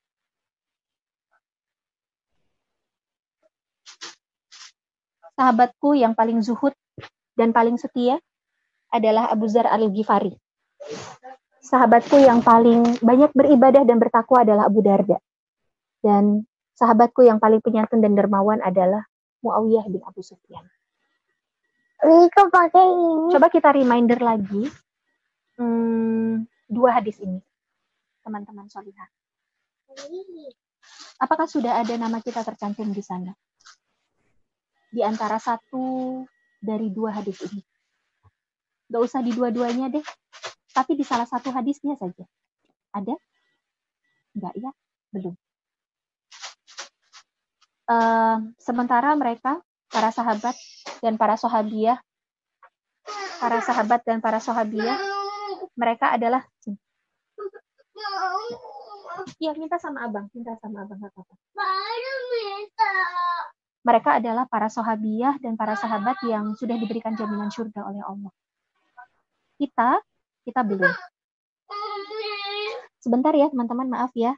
Sahabatku yang paling zuhud dan paling setia adalah Abu Dzar Al-Ghifari. Sahabatku yang paling banyak beribadah dan bertakwa adalah Abu Darda. Dan sahabatku yang paling penyantun dan dermawan adalah Muawiyah bin Abu Sufyan. Rika pakai ini. Coba kita reminder lagi hmm, dua hadis ini, teman-teman solihah. Apakah sudah ada nama kita tercantum di sana? Di antara satu dari dua hadis ini. Gak usah di dua-duanya deh, tapi di salah satu hadisnya saja. Ada? Enggak ya? Belum. Uh, sementara mereka, para sahabat dan para sahabiah, para sahabat dan para sahabiah, mereka adalah, ya minta sama abang, minta sama abang, gak apa-apa. Mereka adalah para sahabiah dan para sahabat yang sudah diberikan jaminan surga oleh Allah. Kita, kita belum. Sebentar ya teman-teman, maaf ya.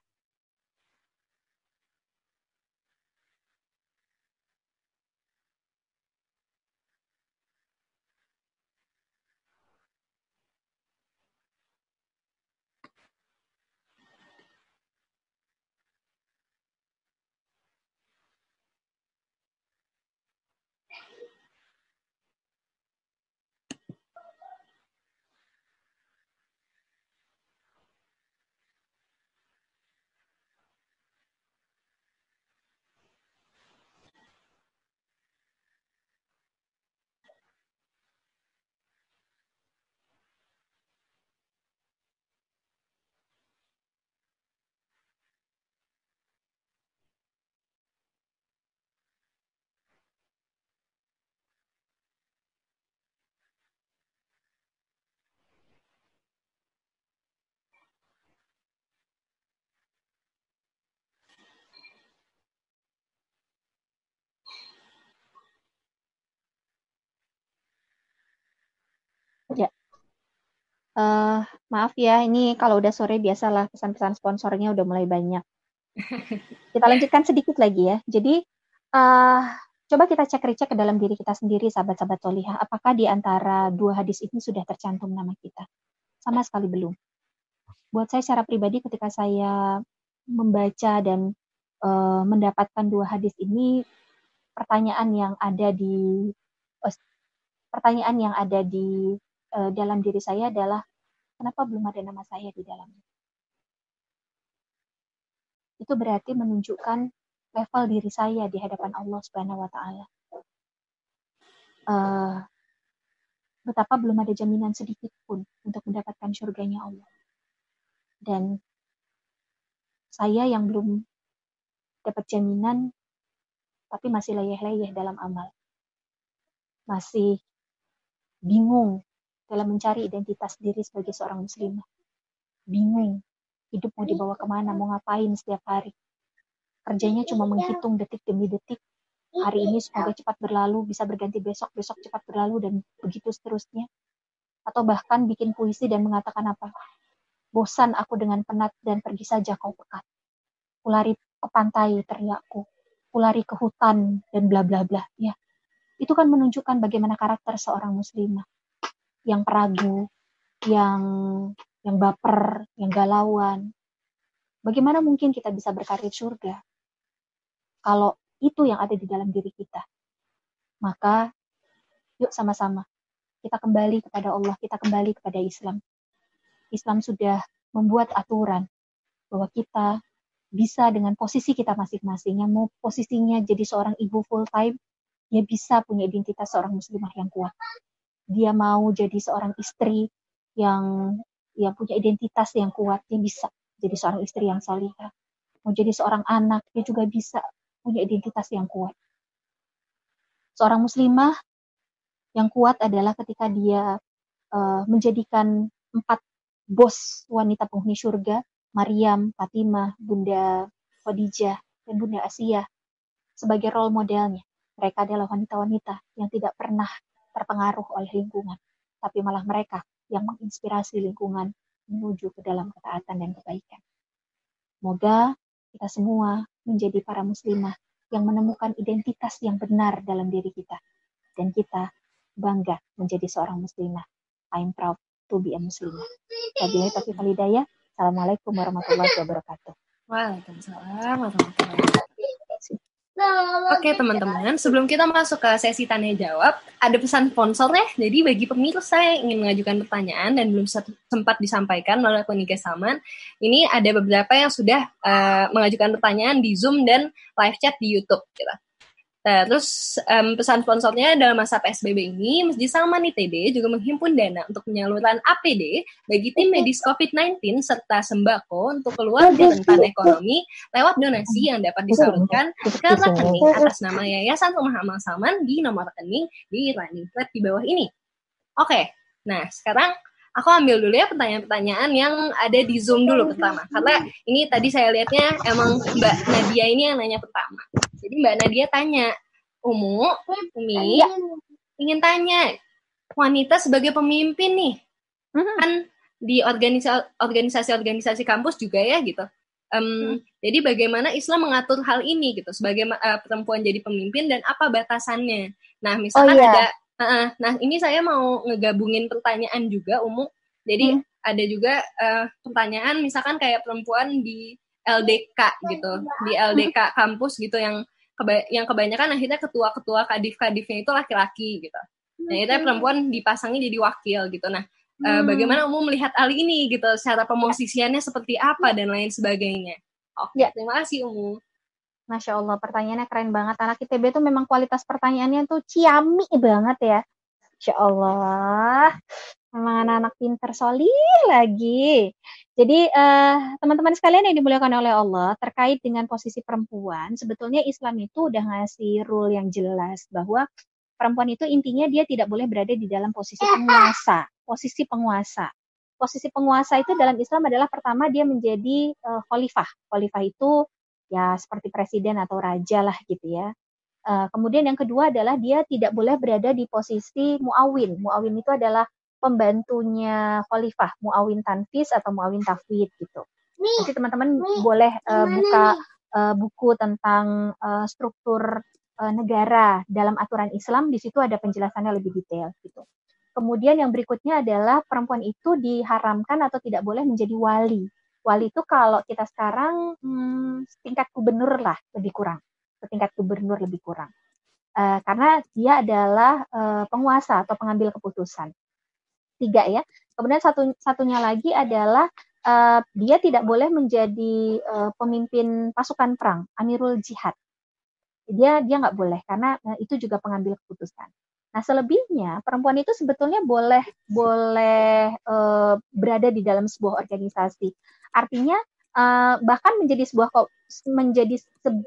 Ya. Uh, maaf ya, ini kalau udah sore biasalah pesan-pesan sponsornya udah mulai banyak. Kita lanjutkan sedikit lagi ya. Jadi, uh, coba kita cek-recek ke dalam diri kita sendiri, sahabat-sahabat solihah. Apakah di antara dua hadis ini sudah tercantum nama kita? Sama sekali belum. Buat saya secara pribadi ketika saya membaca dan uh, mendapatkan dua hadis ini, pertanyaan yang ada di uh, pertanyaan yang ada di uh, dalam diri saya adalah kenapa belum ada nama saya di dalamnya? Itu berarti menunjukkan level diri saya di hadapan Allah Subhanahu wa taala. Uh, betapa belum ada jaminan sedikit pun untuk mendapatkan surganya Allah. Dan Saya yang belum dapat jaminan, tapi masih leyeh-leyeh dalam amal. Masih bingung dalam mencari identitas diri sebagai seorang muslimah. Bingung, hidup mau dibawa kemana, mau ngapain setiap hari. Kerjanya cuma menghitung detik demi detik. Hari ini semoga cepat berlalu, bisa berganti besok, besok cepat berlalu, dan begitu seterusnya. Atau bahkan bikin puisi dan mengatakan apa? Bosan aku dengan penat dan pergi saja kau pekat. Kulari ke pantai teriakku, kulari ke hutan dan bla bla bla. Ya, itu kan menunjukkan bagaimana karakter seorang muslimah yang peragu, yang yang baper, yang galauan. Bagaimana mungkin kita bisa berkarir surga kalau itu yang ada di dalam diri kita? Maka yuk sama-sama kita kembali kepada Allah, kita kembali kepada Islam. Islam sudah membuat aturan bahwa kita bisa dengan posisi kita masing-masing. Yang mau posisinya jadi seorang ibu full time, dia bisa punya identitas seorang muslimah yang kuat. Dia mau jadi seorang istri yang yang punya identitas yang kuat, dia bisa jadi seorang istri yang salihah. Mau jadi seorang anak, dia juga bisa punya identitas yang kuat. Seorang muslimah yang kuat adalah ketika dia uh, menjadikan empat bos wanita penghuni surga, Maryam, Fatimah, Bunda Khadijah, dan Bunda Asiyah, sebagai role modelnya. Mereka adalah wanita-wanita yang tidak pernah terpengaruh oleh lingkungan, tapi malah mereka yang menginspirasi lingkungan menuju ke dalam ketaatan dan kebaikan. Semoga kita semua menjadi para muslimah yang menemukan identitas yang benar dalam diri kita, dan kita bangga menjadi seorang muslimah. I'm proud to be a muslimah. Wabillahi taufiq wal hidayah. Assalamualaikum warahmatullahi wabarakatuh. Waalaikumsalam warahmatullahi wabarakatuh. Oke teman-teman, sebelum kita masuk ke sesi tanya jawab, ada pesan sponsornya. Jadi bagi pemirsa yang ingin mengajukan pertanyaan dan belum sempat disampaikan melalui akun I G Salman, ini ada beberapa yang sudah uh, mengajukan pertanyaan di Zoom dan live chat di YouTube. Gitu. Nah, terus um, pesan sponsornya dalam masa P S B B ini, Masjid Salman I T B juga menghimpun dana untuk penyaluran A P D bagi tim medis covid sembilan belas serta sembako untuk keluarga rentan ekonomi lewat donasi yang dapat disalurkan ke rekening atas nama Yayasan Rumah Amal Salman di nomor rekening di running thread di bawah ini. Oke, nah sekarang aku ambil dulu ya pertanyaan-pertanyaan yang ada di Zoom dulu pertama. Karena ini tadi saya lihatnya emang Mbak Nadia ini yang nanya pertama. Jadi Mbak Nadia tanya, Umu, Umi, ingin tanya, wanita sebagai pemimpin nih, uh-huh. kan di organisasi, organisasi-organisasi kampus juga ya gitu. Um, uh-huh. Jadi bagaimana Islam mengatur hal ini gitu, sebagai uh, perempuan jadi pemimpin dan apa batasannya? Nah misalkan oh, iya. ada, uh, nah ini saya mau ngegabungin pertanyaan juga, Umu. Jadi uh-huh. ada juga uh, pertanyaan, misalkan kayak perempuan di L D K gitu, di L D K kampus gitu yang Keba- yang kebanyakan akhirnya ketua-ketua kadif-kadifnya itu laki-laki gitu. Nah, itu perempuan dipasangnya jadi wakil gitu. Nah, hmm. uh, bagaimana Umu melihat hal ini gitu, secara pemosisiannya seperti apa dan lain sebagainya. Oke, ya. Terima kasih Umu. Masya Allah, pertanyaannya keren banget. Anak I T B itu memang kualitas pertanyaannya tuh ciami banget ya. Masya Allah, memang anak-anak pinter solih lagi. Jadi uh, teman-teman sekalian yang dimuliakan oleh Allah, terkait dengan posisi perempuan, sebetulnya Islam itu udah ngasih rule yang jelas bahwa perempuan itu intinya dia tidak boleh berada di dalam posisi penguasa. Posisi penguasa. Posisi penguasa itu dalam Islam adalah pertama dia menjadi uh, khalifah. Khalifah itu ya seperti presiden atau raja lah gitu ya. Uh, kemudian yang kedua adalah dia tidak boleh berada di posisi muawin. Muawin itu adalah pembantunya khalifah, muawin tanfis atau muawin tafwid gitu. Nanti teman-teman nih, boleh uh, buka uh, buku tentang uh, struktur uh, negara dalam aturan Islam, di situ ada penjelasannya lebih detail gitu. Kemudian yang berikutnya adalah perempuan itu diharamkan atau tidak boleh menjadi wali. Wali itu kalau kita sekarang hmm, tingkat gubernur lah lebih kurang. Tingkat gubernur lebih kurang. Uh, karena dia adalah uh, penguasa atau pengambil keputusan. Tiga ya. Kemudian satu satunya lagi adalah uh, dia tidak boleh menjadi uh, pemimpin pasukan perang, amirul jihad. Dia dia nggak boleh karena uh, itu juga pengambil keputusan. Nah selebihnya perempuan itu sebetulnya boleh boleh uh, berada di dalam sebuah organisasi. Artinya uh, bahkan menjadi sebuah menjadi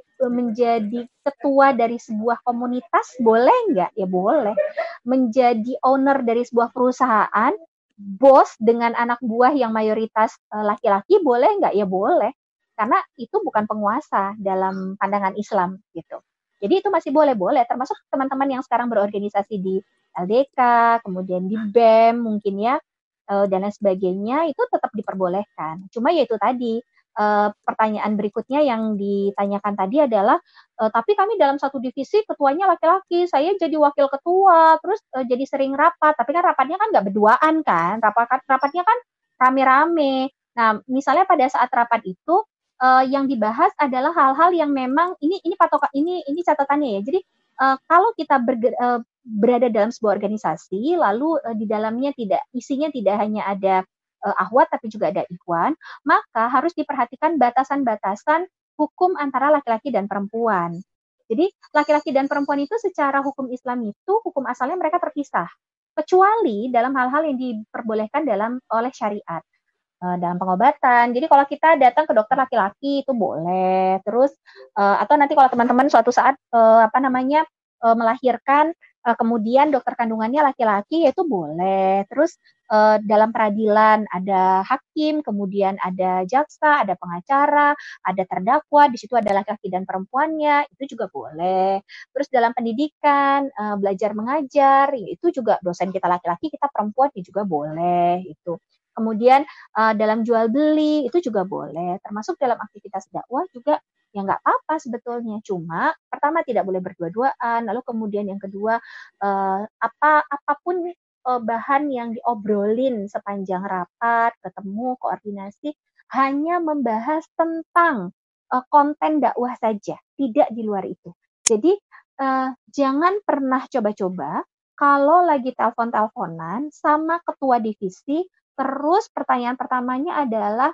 menjadi ketua dari sebuah komunitas boleh nggak? Ya boleh. Menjadi owner dari sebuah perusahaan, bos dengan anak buah yang mayoritas uh, laki-laki boleh nggak? Ya boleh. Karena itu bukan penguasa dalam pandangan Islam gitu. Jadi itu masih boleh-boleh, termasuk teman-teman yang sekarang berorganisasi di L D K, kemudian di B E M mungkin ya, dan lain sebagainya, itu tetap diperbolehkan. Cuma ya itu tadi, uh, pertanyaan berikutnya yang ditanyakan tadi adalah, uh, tapi kami dalam satu divisi ketuanya laki-laki, saya jadi wakil ketua, terus uh, jadi sering rapat, tapi kan rapatnya kan nggak berduaan kan, rapat rapatnya kan rame-rame. Nah, misalnya pada saat rapat itu, uh, yang dibahas adalah hal-hal yang memang, ini ini patokan, ini ini catatannya ya, jadi uh, kalau kita berger, uh, berada dalam sebuah organisasi, lalu uh, di dalamnya tidak, isinya tidak hanya ada uh, ahwat, tapi juga ada ikhwan, maka harus diperhatikan batasan-batasan hukum antara laki-laki dan perempuan. Jadi laki-laki dan perempuan itu secara hukum Islam itu, hukum asalnya mereka terpisah, kecuali dalam hal-hal yang diperbolehkan dalam oleh syariat. Uh, dalam pengobatan. Jadi kalau kita datang ke dokter laki-laki itu boleh. Terus uh, atau nanti kalau teman-teman suatu saat uh, apa namanya uh, melahirkan, uh, kemudian dokter kandungannya laki-laki, itu boleh. Terus uh, dalam peradilan ada hakim, kemudian ada jaksa, ada pengacara, ada terdakwa, di situ ada laki-laki dan perempuannya, itu juga boleh. Terus dalam pendidikan, uh, belajar mengajar, itu juga dosen kita laki-laki, kita perempuan, itu juga boleh itu. Kemudian uh, dalam jual beli itu juga boleh, termasuk dalam aktivitas dakwah juga ya nggak apa-apa sebetulnya. Cuma pertama tidak boleh berdua-duaan, lalu kemudian yang kedua uh, apa apapun uh, bahan yang diobrolin sepanjang rapat, ketemu, koordinasi, hanya membahas tentang uh, konten dakwah saja, tidak di luar itu. Jadi uh, jangan pernah coba-coba kalau lagi telepon-teleponan sama ketua divisi, terus pertanyaan pertamanya adalah,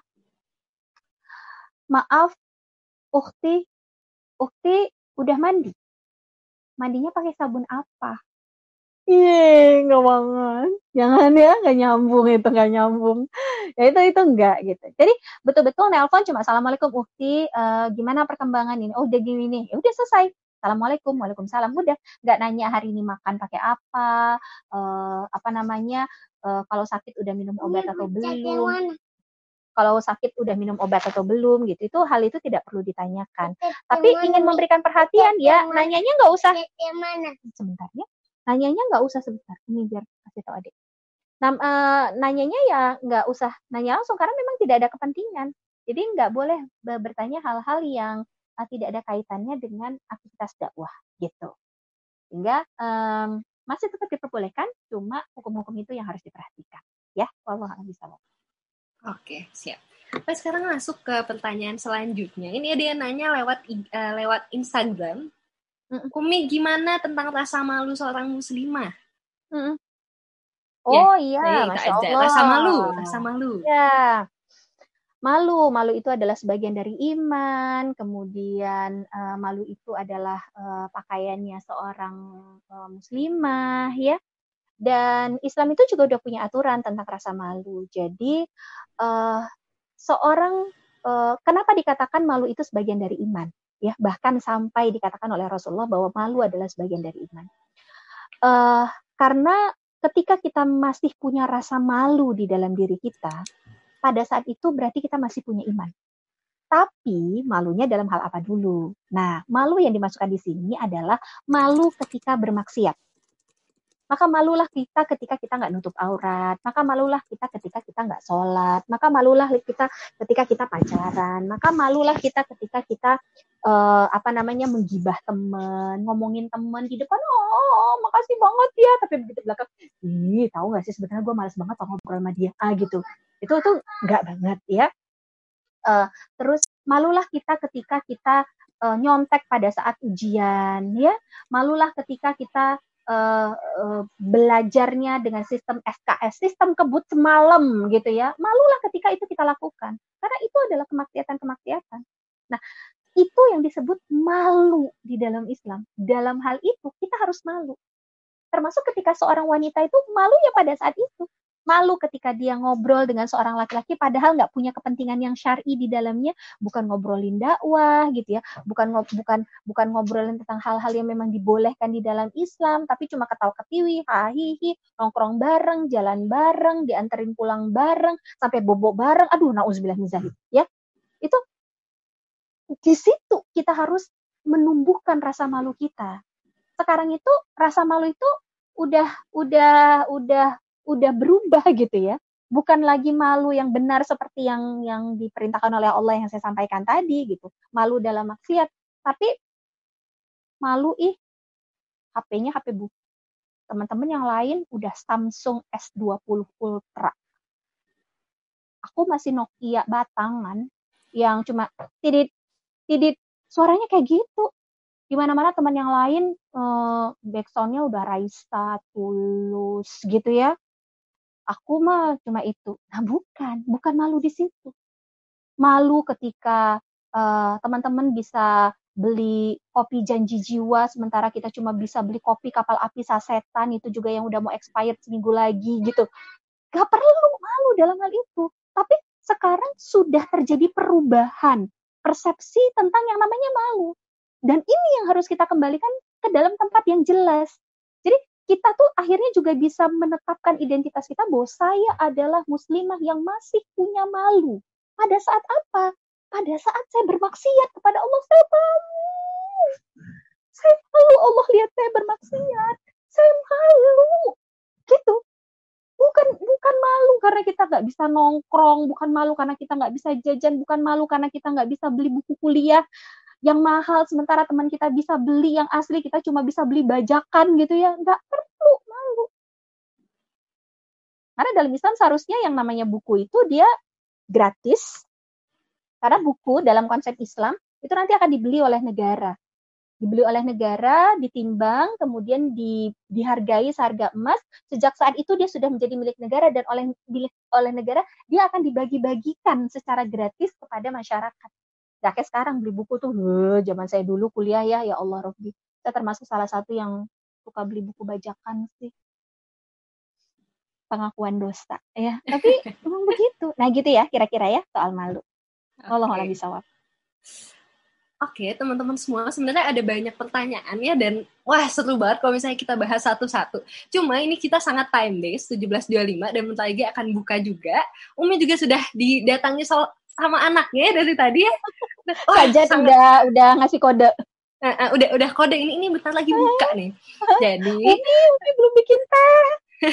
maaf, Ukti, Ukti udah mandi? Mandinya pakai sabun apa? Iya, nggak banget. Jangan ya, nggak nyambung itu, nggak nyambung. Ya itu itu enggak gitu. Jadi betul-betul nelpon cuma assalamualaikum Ukti, uh, gimana perkembangan ini? Oh udah gini nih, ya udah selesai. Assalamualaikum, waalaikumsalam, udah. Nggak nanya hari ini makan pakai apa, uh, apa namanya, uh, kalau sakit udah minum obat atau belum. Kalau sakit udah minum obat atau belum gitu, itu hal itu tidak perlu ditanyakan. Tapi ingin memberikan perhatian ya, nanyanya nggak usah. Sebentar ya. Nanyanya nggak usah sebentar, ini biar kasih tahu adik. Nah, uh, nanyanya ya nggak usah nanya langsung, karena memang tidak ada kepentingan. Jadi nggak boleh bertanya hal-hal yang uh, tidak ada kaitannya dengan aktivitas dakwah, gitu. Sehingga um, masih tetap diperbolehkan, cuma hukum-hukum itu yang harus diperhatikan. Ya, wallahu a'lam bishawab. Oke, siap. Baik, sekarang masuk ke pertanyaan selanjutnya. Ini ada yang nanya lewat uh, lewat Instagram. Mm. Umi, gimana tentang rasa malu seorang muslimah? Mm. Oh ya, iya, Masya ada. Allah. Rasa malu, rasa malu. Ya, malu, malu itu adalah sebagian dari iman. Kemudian uh, malu itu adalah uh, pakaiannya seorang uh, muslimah, ya. Dan Islam itu juga udah punya aturan tentang rasa malu. Jadi uh, seorang uh, kenapa dikatakan malu itu sebagian dari iman? Ya, bahkan sampai dikatakan oleh Rasulullah bahwa malu adalah sebagian dari iman. Uh, karena ketika kita masih punya rasa malu di dalam diri kita, pada saat itu berarti kita masih punya iman. Tapi malunya dalam hal apa dulu? Nah, malu yang dimasukkan di sini adalah malu ketika bermaksiat. Maka malulah kita ketika kita nggak nutup aurat, maka malulah kita ketika kita nggak sholat, maka malulah kita ketika kita pacaran, maka malulah kita ketika kita uh, apa namanya menggibah teman, ngomongin teman di depan, oh makasih banget ya, tapi begitu belakang, ih tahu nggak sih sebenarnya gue malas banget ngobrol sama dia, ah gitu, itu tuh nggak banget ya. Uh, terus malulah kita ketika kita uh, nyontek pada saat ujian, ya, malulah ketika kita Uh, uh, belajarnya dengan sistem S K S, sistem kebut semalam gitu ya, malulah ketika itu kita lakukan, karena itu adalah kemaksiatan-kemaksiatan. Nah, itu yang disebut malu di dalam Islam. Dalam hal itu kita harus malu, termasuk ketika seorang wanita itu malunya pada saat itu, Malu ketika dia ngobrol dengan seorang laki-laki padahal nggak punya kepentingan yang syar'i di dalamnya, bukan ngobrolin dakwah gitu ya, bukan bukan bukan ngobrolin tentang hal-hal yang memang dibolehkan di dalam Islam, tapi cuma ketawa-ketiwi, hahihi, nongkrong bareng, jalan bareng, dianterin pulang bareng, sampai bobo bareng. Aduh, nauzubillah min dzalik, ya. Itu di situ kita harus menumbuhkan rasa malu kita. Sekarang itu rasa malu itu udah udah udah udah berubah gitu ya. Bukan lagi malu yang benar seperti yang yang diperintahkan oleh Allah yang saya sampaikan tadi gitu. Malu dalam maksiat, tapi malu ih H P-nya H P buku. Teman-teman yang lain udah Samsung S dua puluh Ultra. Aku masih Nokia batangan yang cuma tidit tidit suaranya kayak gitu. Di mana-mana teman yang lain eh, backsound-nya udah Raisa, Tulus gitu ya. Aku mah cuma itu. Nah, bukan, bukan malu di situ. Malu ketika uh, teman-teman bisa beli kopi janji jiwa, sementara kita cuma bisa beli kopi kapal api sasetan, itu juga yang udah mau expired seminggu lagi gitu. Gak perlu malu dalam hal itu. Tapi sekarang sudah terjadi perubahan persepsi tentang yang namanya malu. Dan ini yang harus kita kembalikan ke dalam tempat yang jelas. Jadi kita tuh akhirnya juga bisa menetapkan identitas kita bahwa saya adalah muslimah yang masih punya malu. Pada saat apa? Pada saat saya bermaksiat kepada Allah, saya malu. Saya malu Allah lihat saya bermaksiat. Saya malu. Gitu. Bukan bukan malu karena kita nggak bisa nongkrong, bukan malu karena kita nggak bisa jajan, bukan malu karena kita nggak bisa beli buku kuliah yang mahal, sementara teman kita bisa beli yang asli, kita cuma bisa beli bajakan gitu ya. Nggak perlu malu. Karena dalam Islam seharusnya yang namanya buku itu dia gratis. Karena buku dalam konsep Islam itu nanti akan dibeli oleh negara. Dibeli oleh negara, ditimbang, kemudian di, dihargai seharga emas. Sejak saat itu dia sudah menjadi milik negara, dan oleh, oleh negara dia akan dibagi-bagikan secara gratis kepada masyarakat. Gak kayak sekarang beli buku tuh, zaman saya dulu kuliah ya, ya Allah Robbi. Saya termasuk salah satu yang suka beli buku bajakan sih. Pengakuan dosa ya. Tapi memang begitu. Nah gitu ya kira-kira ya soal malu. Allah Allah bisa wap. Oke, teman-teman semua, sebenarnya ada banyak pertanyaan ya, dan wah seru banget kalau misalnya kita bahas satu-satu. Cuma ini kita sangat time based, tujuh belas dua puluh lima, dan bentar lagi akan buka juga. Umi juga sudah didatangi so- sama anaknya dari tadi ya. Wah, Sajat sangat... udah udah ngasih kode. Uh, uh, udah udah kode ini ini bentar lagi buka nih. Jadi Umi, Umi belum bikin teh.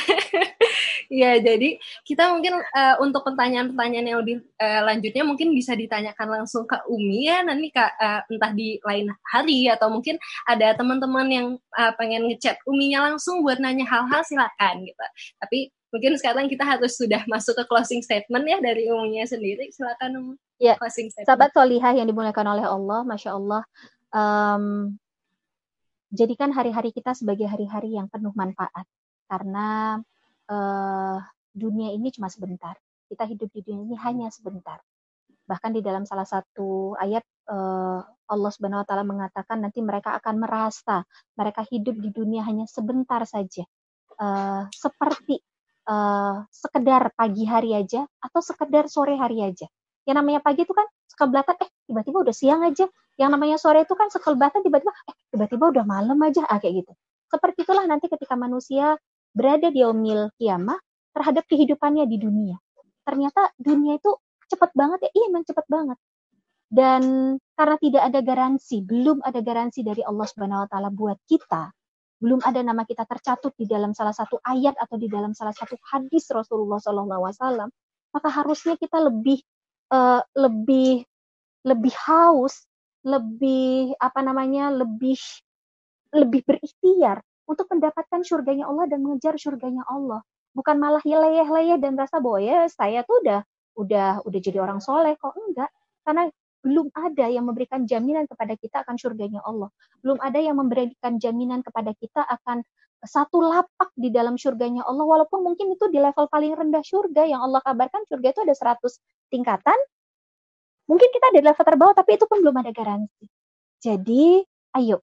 Ya, jadi kita mungkin uh, untuk pertanyaan-pertanyaan yang lebih uh, lanjutnya mungkin bisa ditanyakan langsung ke Umi ya, nanti Kak, uh, entah di lain hari atau mungkin ada teman-teman yang uh, pengen ngechat Uminya langsung buat nanya hal-hal, silakan gitu. Tapi mungkin sekarang kita harus sudah masuk ke closing statement ya dari Uminya sendiri, silakan Umi. Ya, closing statement. Sahabat solihah yang dimuliakan oleh Allah, Masya Allah, um, jadikan hari-hari kita sebagai hari-hari yang penuh manfaat. Karena uh, dunia ini cuma sebentar. Kita hidup di dunia ini hanya sebentar. Bahkan di dalam salah satu ayat uh, Allah Subhanahu Wa Taala mengatakan nanti mereka akan merasa mereka hidup di dunia hanya sebentar saja, uh, seperti uh, sekedar pagi hari aja atau sekedar sore hari aja. Yang namanya pagi itu kan sekelebatan, eh tiba-tiba udah siang aja. Yang namanya sore itu kan sekelebatan tiba-tiba, eh tiba-tiba udah malam aja, ah, kayak gitu. Seperti itulah nanti ketika manusia berada di yaumil kiamah terhadap kehidupannya di dunia. Ternyata dunia itu cepat banget ya, iya memang cepat banget. Dan karena tidak ada garansi, belum ada garansi dari Allah Subhanahu Wa Taala buat kita, belum ada nama kita tercatut di dalam salah satu ayat atau di dalam salah satu hadis Rasulullah Shallallahu Alaihi Wasallam, maka harusnya kita lebih uh, lebih lebih haus, lebih apa namanya, lebih lebih berikhtiar untuk mendapatkan surganya Allah dan mengejar surganya Allah. Bukan malah leyeh-leyeh dan rasa bahwa ya saya tuh udah udah udah jadi orang soleh kok. Enggak. Karena belum ada yang memberikan jaminan kepada kita akan surganya Allah. Belum ada yang memberikan jaminan kepada kita akan satu lapak di dalam surganya Allah. Walaupun mungkin itu di level paling rendah surga, yang Allah kabarkan surga itu ada seratus tingkatan. Mungkin kita ada di level terbawah, tapi itu pun belum ada garansi. Jadi, ayo.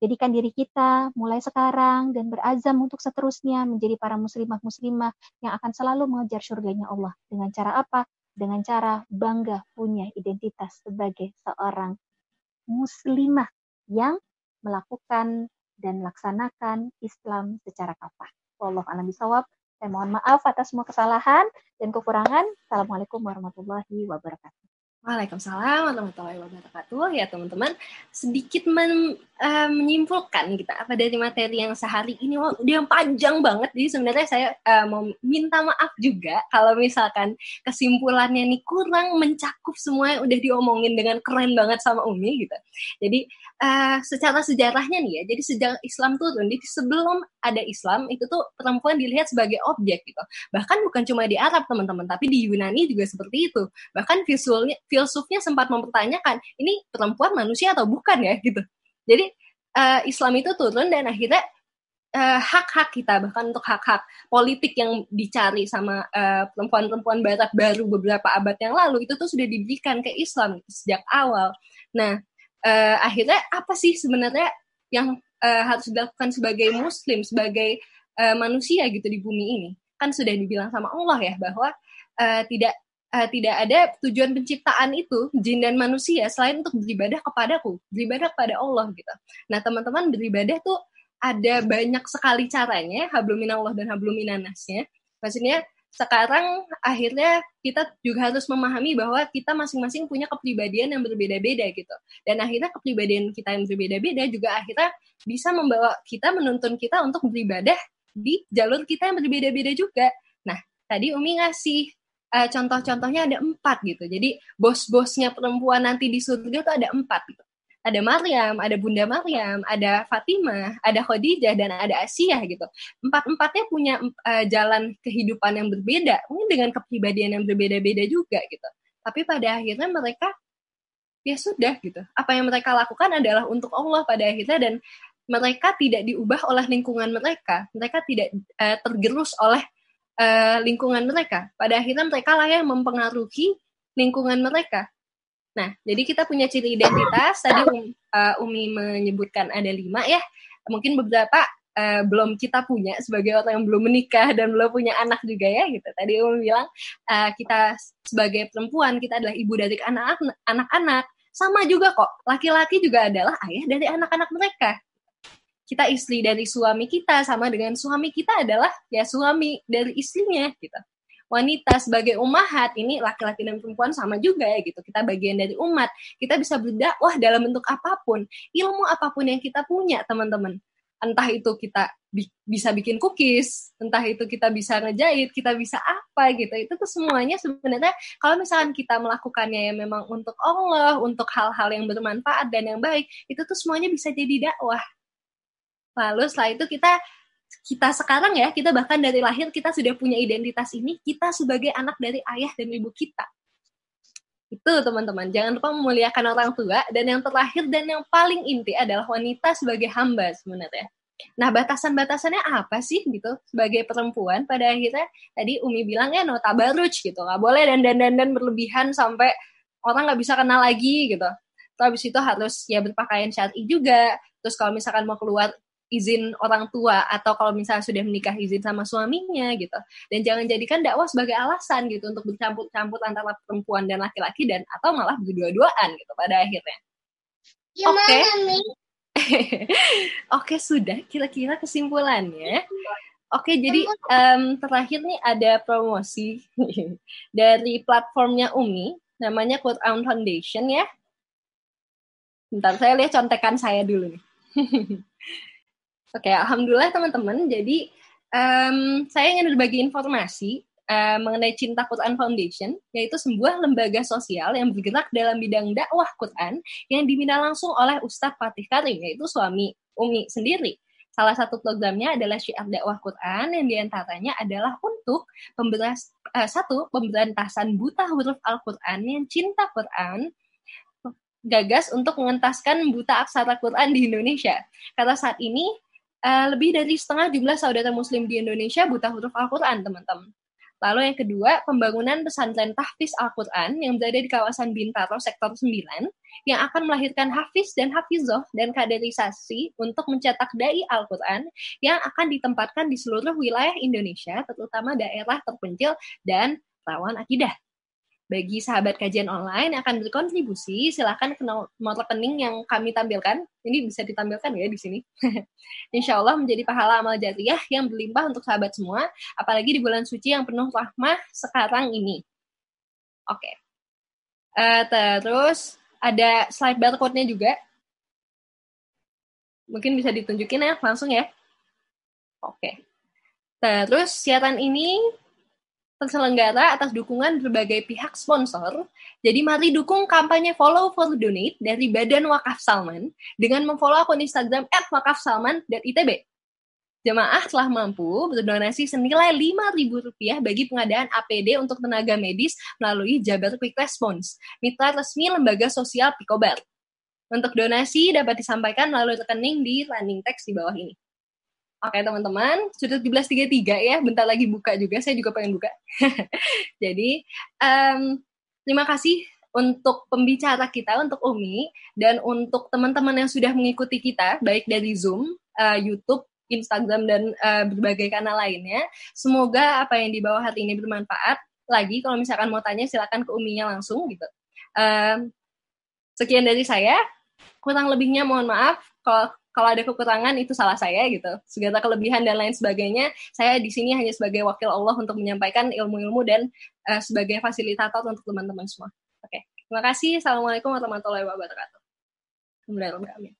jadikan diri kita mulai sekarang dan berazam untuk seterusnya menjadi para muslimah-muslimah yang akan selalu mengejar surganya Allah. Dengan cara apa? Dengan cara bangga punya identitas sebagai seorang muslimah yang melakukan dan laksanakan Islam secara kafah. Wallahu a'lam bishawab. Saya mohon maaf atas semua kesalahan dan kekurangan. Assalamualaikum warahmatullahi wabarakatuh. Waalaikumsalam warahmatullahi wabarakatuh. Ya teman-teman, sedikit men, uh, menyimpulkan kita apa dari materi yang sehari ini. Wah, udah yang panjang banget. Jadi sebenarnya saya uh, mau minta maaf juga kalau misalkan kesimpulannya nih kurang mencakup semua yang udah diomongin dengan keren banget sama Umi gitu. Jadi uh, secara sejarahnya nih ya, jadi sejak Islam turun, jadi sebelum ada Islam itu tuh perempuan dilihat sebagai objek gitu. Bahkan bukan cuma di Arab teman-teman, tapi di Yunani juga seperti itu. Bahkan visualnya filsufnya sempat mempertanyakan, ini perempuan manusia atau bukan ya gitu. Jadi uh, Islam itu turun dan akhirnya uh, hak-hak kita, bahkan untuk hak-hak politik yang dicari sama uh, perempuan-perempuan barat baru beberapa abad yang lalu, itu tuh sudah diberikan ke Islam gitu, sejak awal. Nah, uh, akhirnya apa sih sebenarnya yang uh, harus dilakukan sebagai muslim, sebagai uh, manusia gitu di bumi ini? Kan sudah dibilang sama Allah ya, bahwa uh, tidak Uh, tidak ada tujuan penciptaan itu, jin dan manusia, selain untuk beribadah kepadaku, beribadah kepada Allah gitu. Nah teman-teman, beribadah tuh ada banyak sekali caranya, hablum minallah dan hablum minannasnya. Maksudnya sekarang akhirnya kita juga harus memahami bahwa kita masing-masing punya kepribadian yang berbeda-beda gitu. Dan akhirnya kepribadian kita yang berbeda-beda juga akhirnya bisa membawa kita, menuntun kita untuk beribadah di jalur kita yang berbeda-beda juga. Nah tadi Umi ngasih Uh, contoh-contohnya ada empat gitu. Jadi bos-bosnya perempuan nanti di surga itu ada empat gitu. Ada Maryam, ada Bunda Maryam, ada Fatimah, ada Khadijah, dan ada Asiyah gitu. Empat-empatnya punya uh, jalan kehidupan yang berbeda, mungkin dengan kepribadian yang berbeda-beda juga gitu. Tapi pada akhirnya mereka ya sudah gitu. Apa yang mereka lakukan adalah untuk Allah pada akhirnya, dan mereka tidak diubah oleh lingkungan mereka. Mereka tidak uh, tergerus oleh Uh, lingkungan mereka. Pada akhirnya mereka lah yang mempengaruhi lingkungan mereka. Nah, jadi kita punya ciri identitas. Tadi um, uh, Umi menyebutkan ada lima ya. Mungkin beberapa uh, belum kita punya sebagai orang yang belum menikah dan belum punya anak juga ya gitu. Tadi Umi bilang uh, kita sebagai perempuan, kita adalah ibu dari anak anak-anak. Sama juga kok, laki-laki juga adalah ayah dari anak-anak mereka. Kita istri dari suami kita, sama dengan suami kita adalah ya suami dari istrinya gitu. Wanita sebagai ummahat, ini laki-laki dan perempuan sama juga ya gitu. Kita bagian dari umat. Kita bisa berdakwah dalam bentuk apapun, ilmu apapun yang kita punya, teman-teman. Entah itu kita bi- bisa bikin cookies, entah itu kita bisa ngejahit, kita bisa apa gitu. Itu tuh semuanya sebenarnya kalau misalkan kita melakukannya ya memang untuk Allah, untuk hal-hal yang bermanfaat dan yang baik, itu tuh semuanya bisa jadi dakwah. Lalu setelah itu kita kita sekarang ya, kita bahkan dari lahir kita sudah punya identitas ini, kita sebagai anak dari ayah dan ibu kita. Itu teman-teman, jangan lupa memuliakan orang tua. Dan yang terakhir dan yang paling inti adalah wanita sebagai hamba sebenarnya. Nah batasan-batasannya apa sih gitu sebagai perempuan? Pada akhirnya tadi Umi bilang ya no tabaruj gitu, nggak boleh dandan-dandan berlebihan sampai orang nggak bisa kenal lagi gitu. Terus habis itu harus ya berpakaian syar'i juga. Terus kalau misalkan mau keluar izin orang tua, atau kalau misalnya sudah menikah izin sama suaminya gitu. Dan jangan jadikan dakwah sebagai alasan gitu untuk bercampur-campur antara perempuan dan laki-laki, dan atau malah berdua-duaan gitu pada akhirnya. Oke. Okay. Oke, okay, sudah kira-kira kesimpulannya. Oke, okay, jadi um, terakhir nih ada promosi dari platformnya Umi, namanya Quran Foundation ya. Bentar, saya lihat contekan saya dulu nih. Oke, okay, alhamdulillah teman-teman. Jadi um, saya ingin berbagi informasi uh, mengenai Cinta Quran Foundation, yaitu sebuah lembaga sosial yang bergerak dalam bidang dakwah Quran yang dibina langsung oleh Ustadz Fatih Karim, yaitu suami Umi sendiri. Salah satu programnya adalah Syiar Dakwah Quran, yang diantaranya adalah untuk pemberas, uh, satu pemberantasan buta huruf Al-Quran yang cinta Quran, gagas untuk mengentaskan buta aksara Quran di Indonesia. Karena saat ini Uh, lebih dari setengah jumlah saudara muslim di Indonesia buta huruf Al-Quran, teman-teman. Lalu yang kedua, pembangunan pesantren tahfiz Al-Quran yang berada di kawasan Bintaro, sektor sembilan, yang akan melahirkan hafiz dan hafizoh dan kaderisasi untuk mencetak dai Al-Quran yang akan ditempatkan di seluruh wilayah Indonesia, terutama daerah terpencil dan rawan akidah. Bagi sahabat kajian online yang akan berkontribusi, silakan ke nomor rekening yang kami tampilkan. Ini bisa ditampilkan ya di sini. Insya Allah menjadi pahala amal jariah yang berlimpah untuk sahabat semua, apalagi di bulan suci yang penuh rahmah sekarang ini. Oke. Okay. Uh, terus ada slide barcode-nya juga. Mungkin bisa ditunjukin ya, langsung ya. Oke. Okay. Terus siaran ini terselenggara atas dukungan berbagai pihak sponsor. Jadi mari dukung kampanye Follow for Donate dari Badan Wakaf Salman dengan memfollow akun Instagram et wakaf salman dot i t b. Jemaah telah mampu berdonasi senilai lima ribu rupiah bagi pengadaan A P D untuk tenaga medis melalui Jabar Quick Response, mitra resmi lembaga sosial Pikobar. Untuk donasi dapat disampaikan melalui rekening di landing text di bawah ini. Oke teman-teman, sudah tujuh belas tiga puluh tiga ya, bentar lagi buka juga, saya juga pengen buka. Jadi, um, terima kasih untuk pembicara kita, untuk Umi, dan untuk teman-teman yang sudah mengikuti kita, baik dari Zoom, uh, YouTube, Instagram, dan uh, berbagai kanal lainnya. Semoga apa yang dibawa hari ini bermanfaat. Lagi, kalau misalkan mau tanya, silakan ke Uminya langsung. Gitu. Um, sekian dari saya, kurang lebihnya mohon maaf, kalau Kalau ada kekurangan itu salah saya gitu. Segala kelebihan dan lain sebagainya, saya di sini hanya sebagai wakil Allah untuk menyampaikan ilmu-ilmu dan uh, sebagai fasilitator untuk teman-teman semua. Oke, terima kasih. Assalamualaikum warahmatullahi wabarakatuh. Alhamdulillah.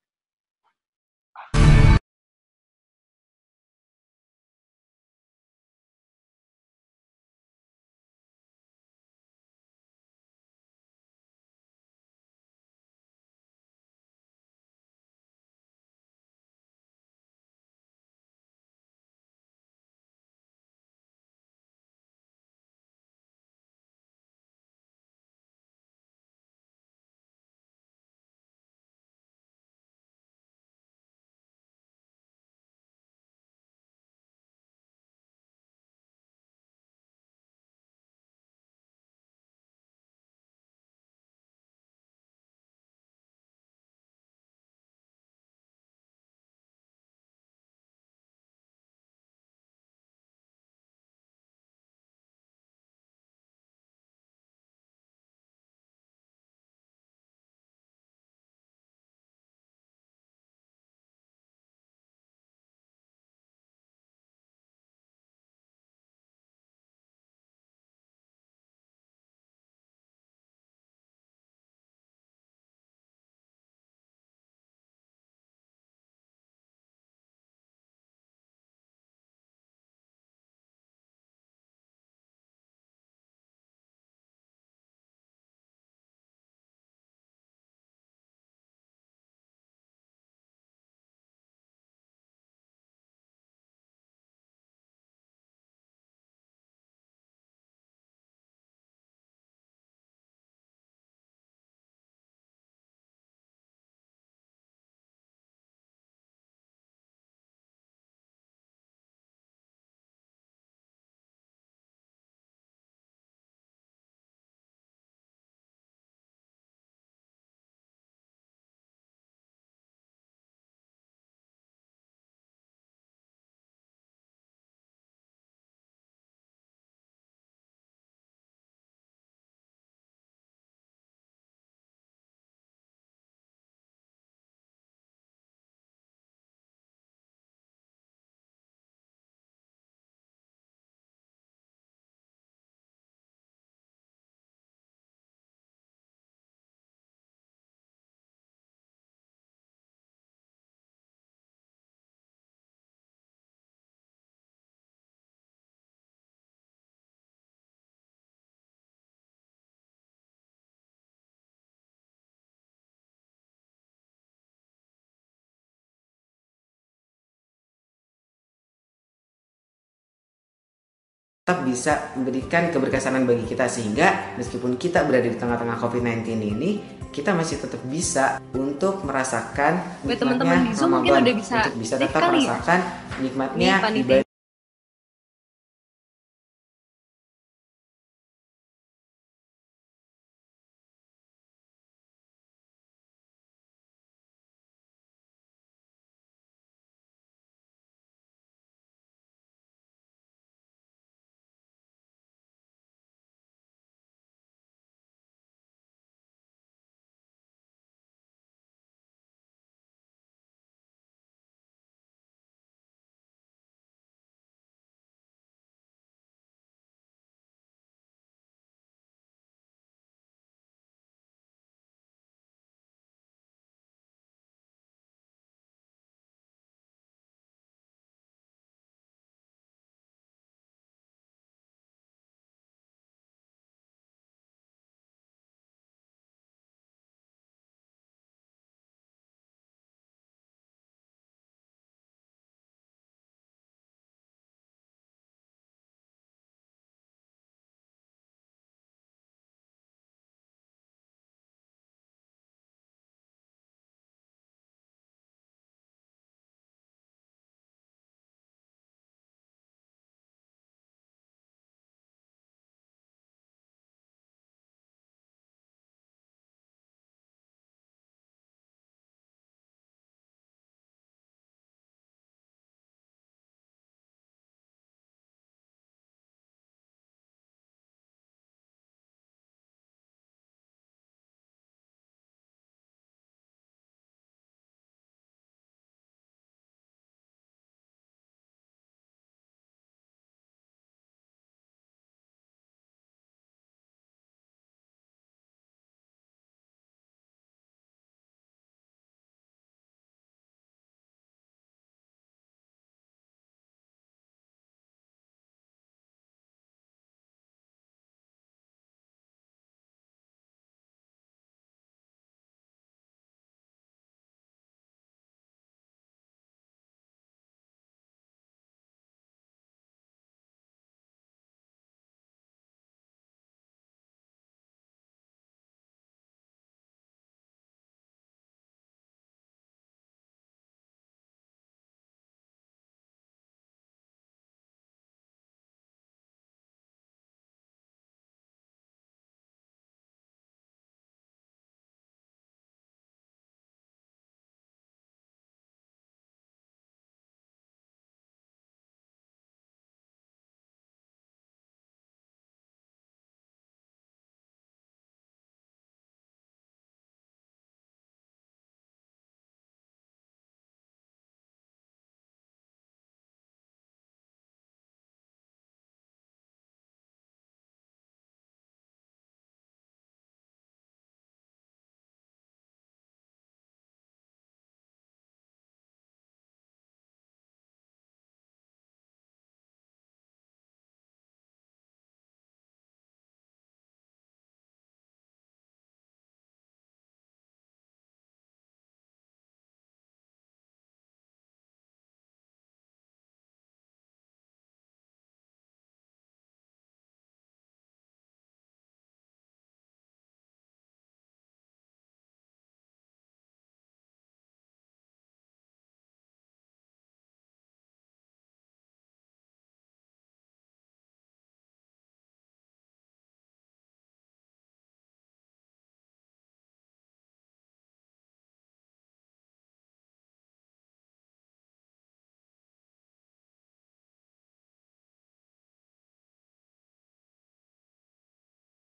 tetap bisa memberikan keberkesanan bagi kita, sehingga meskipun kita berada di tengah-tengah covid sembilan belas ini, kita masih tetap bisa untuk merasakan nikmatnya teman-teman di Zoom mungkin udah bisa untuk bisa tetap merasakan ya? nikmatnya Nih, ibadah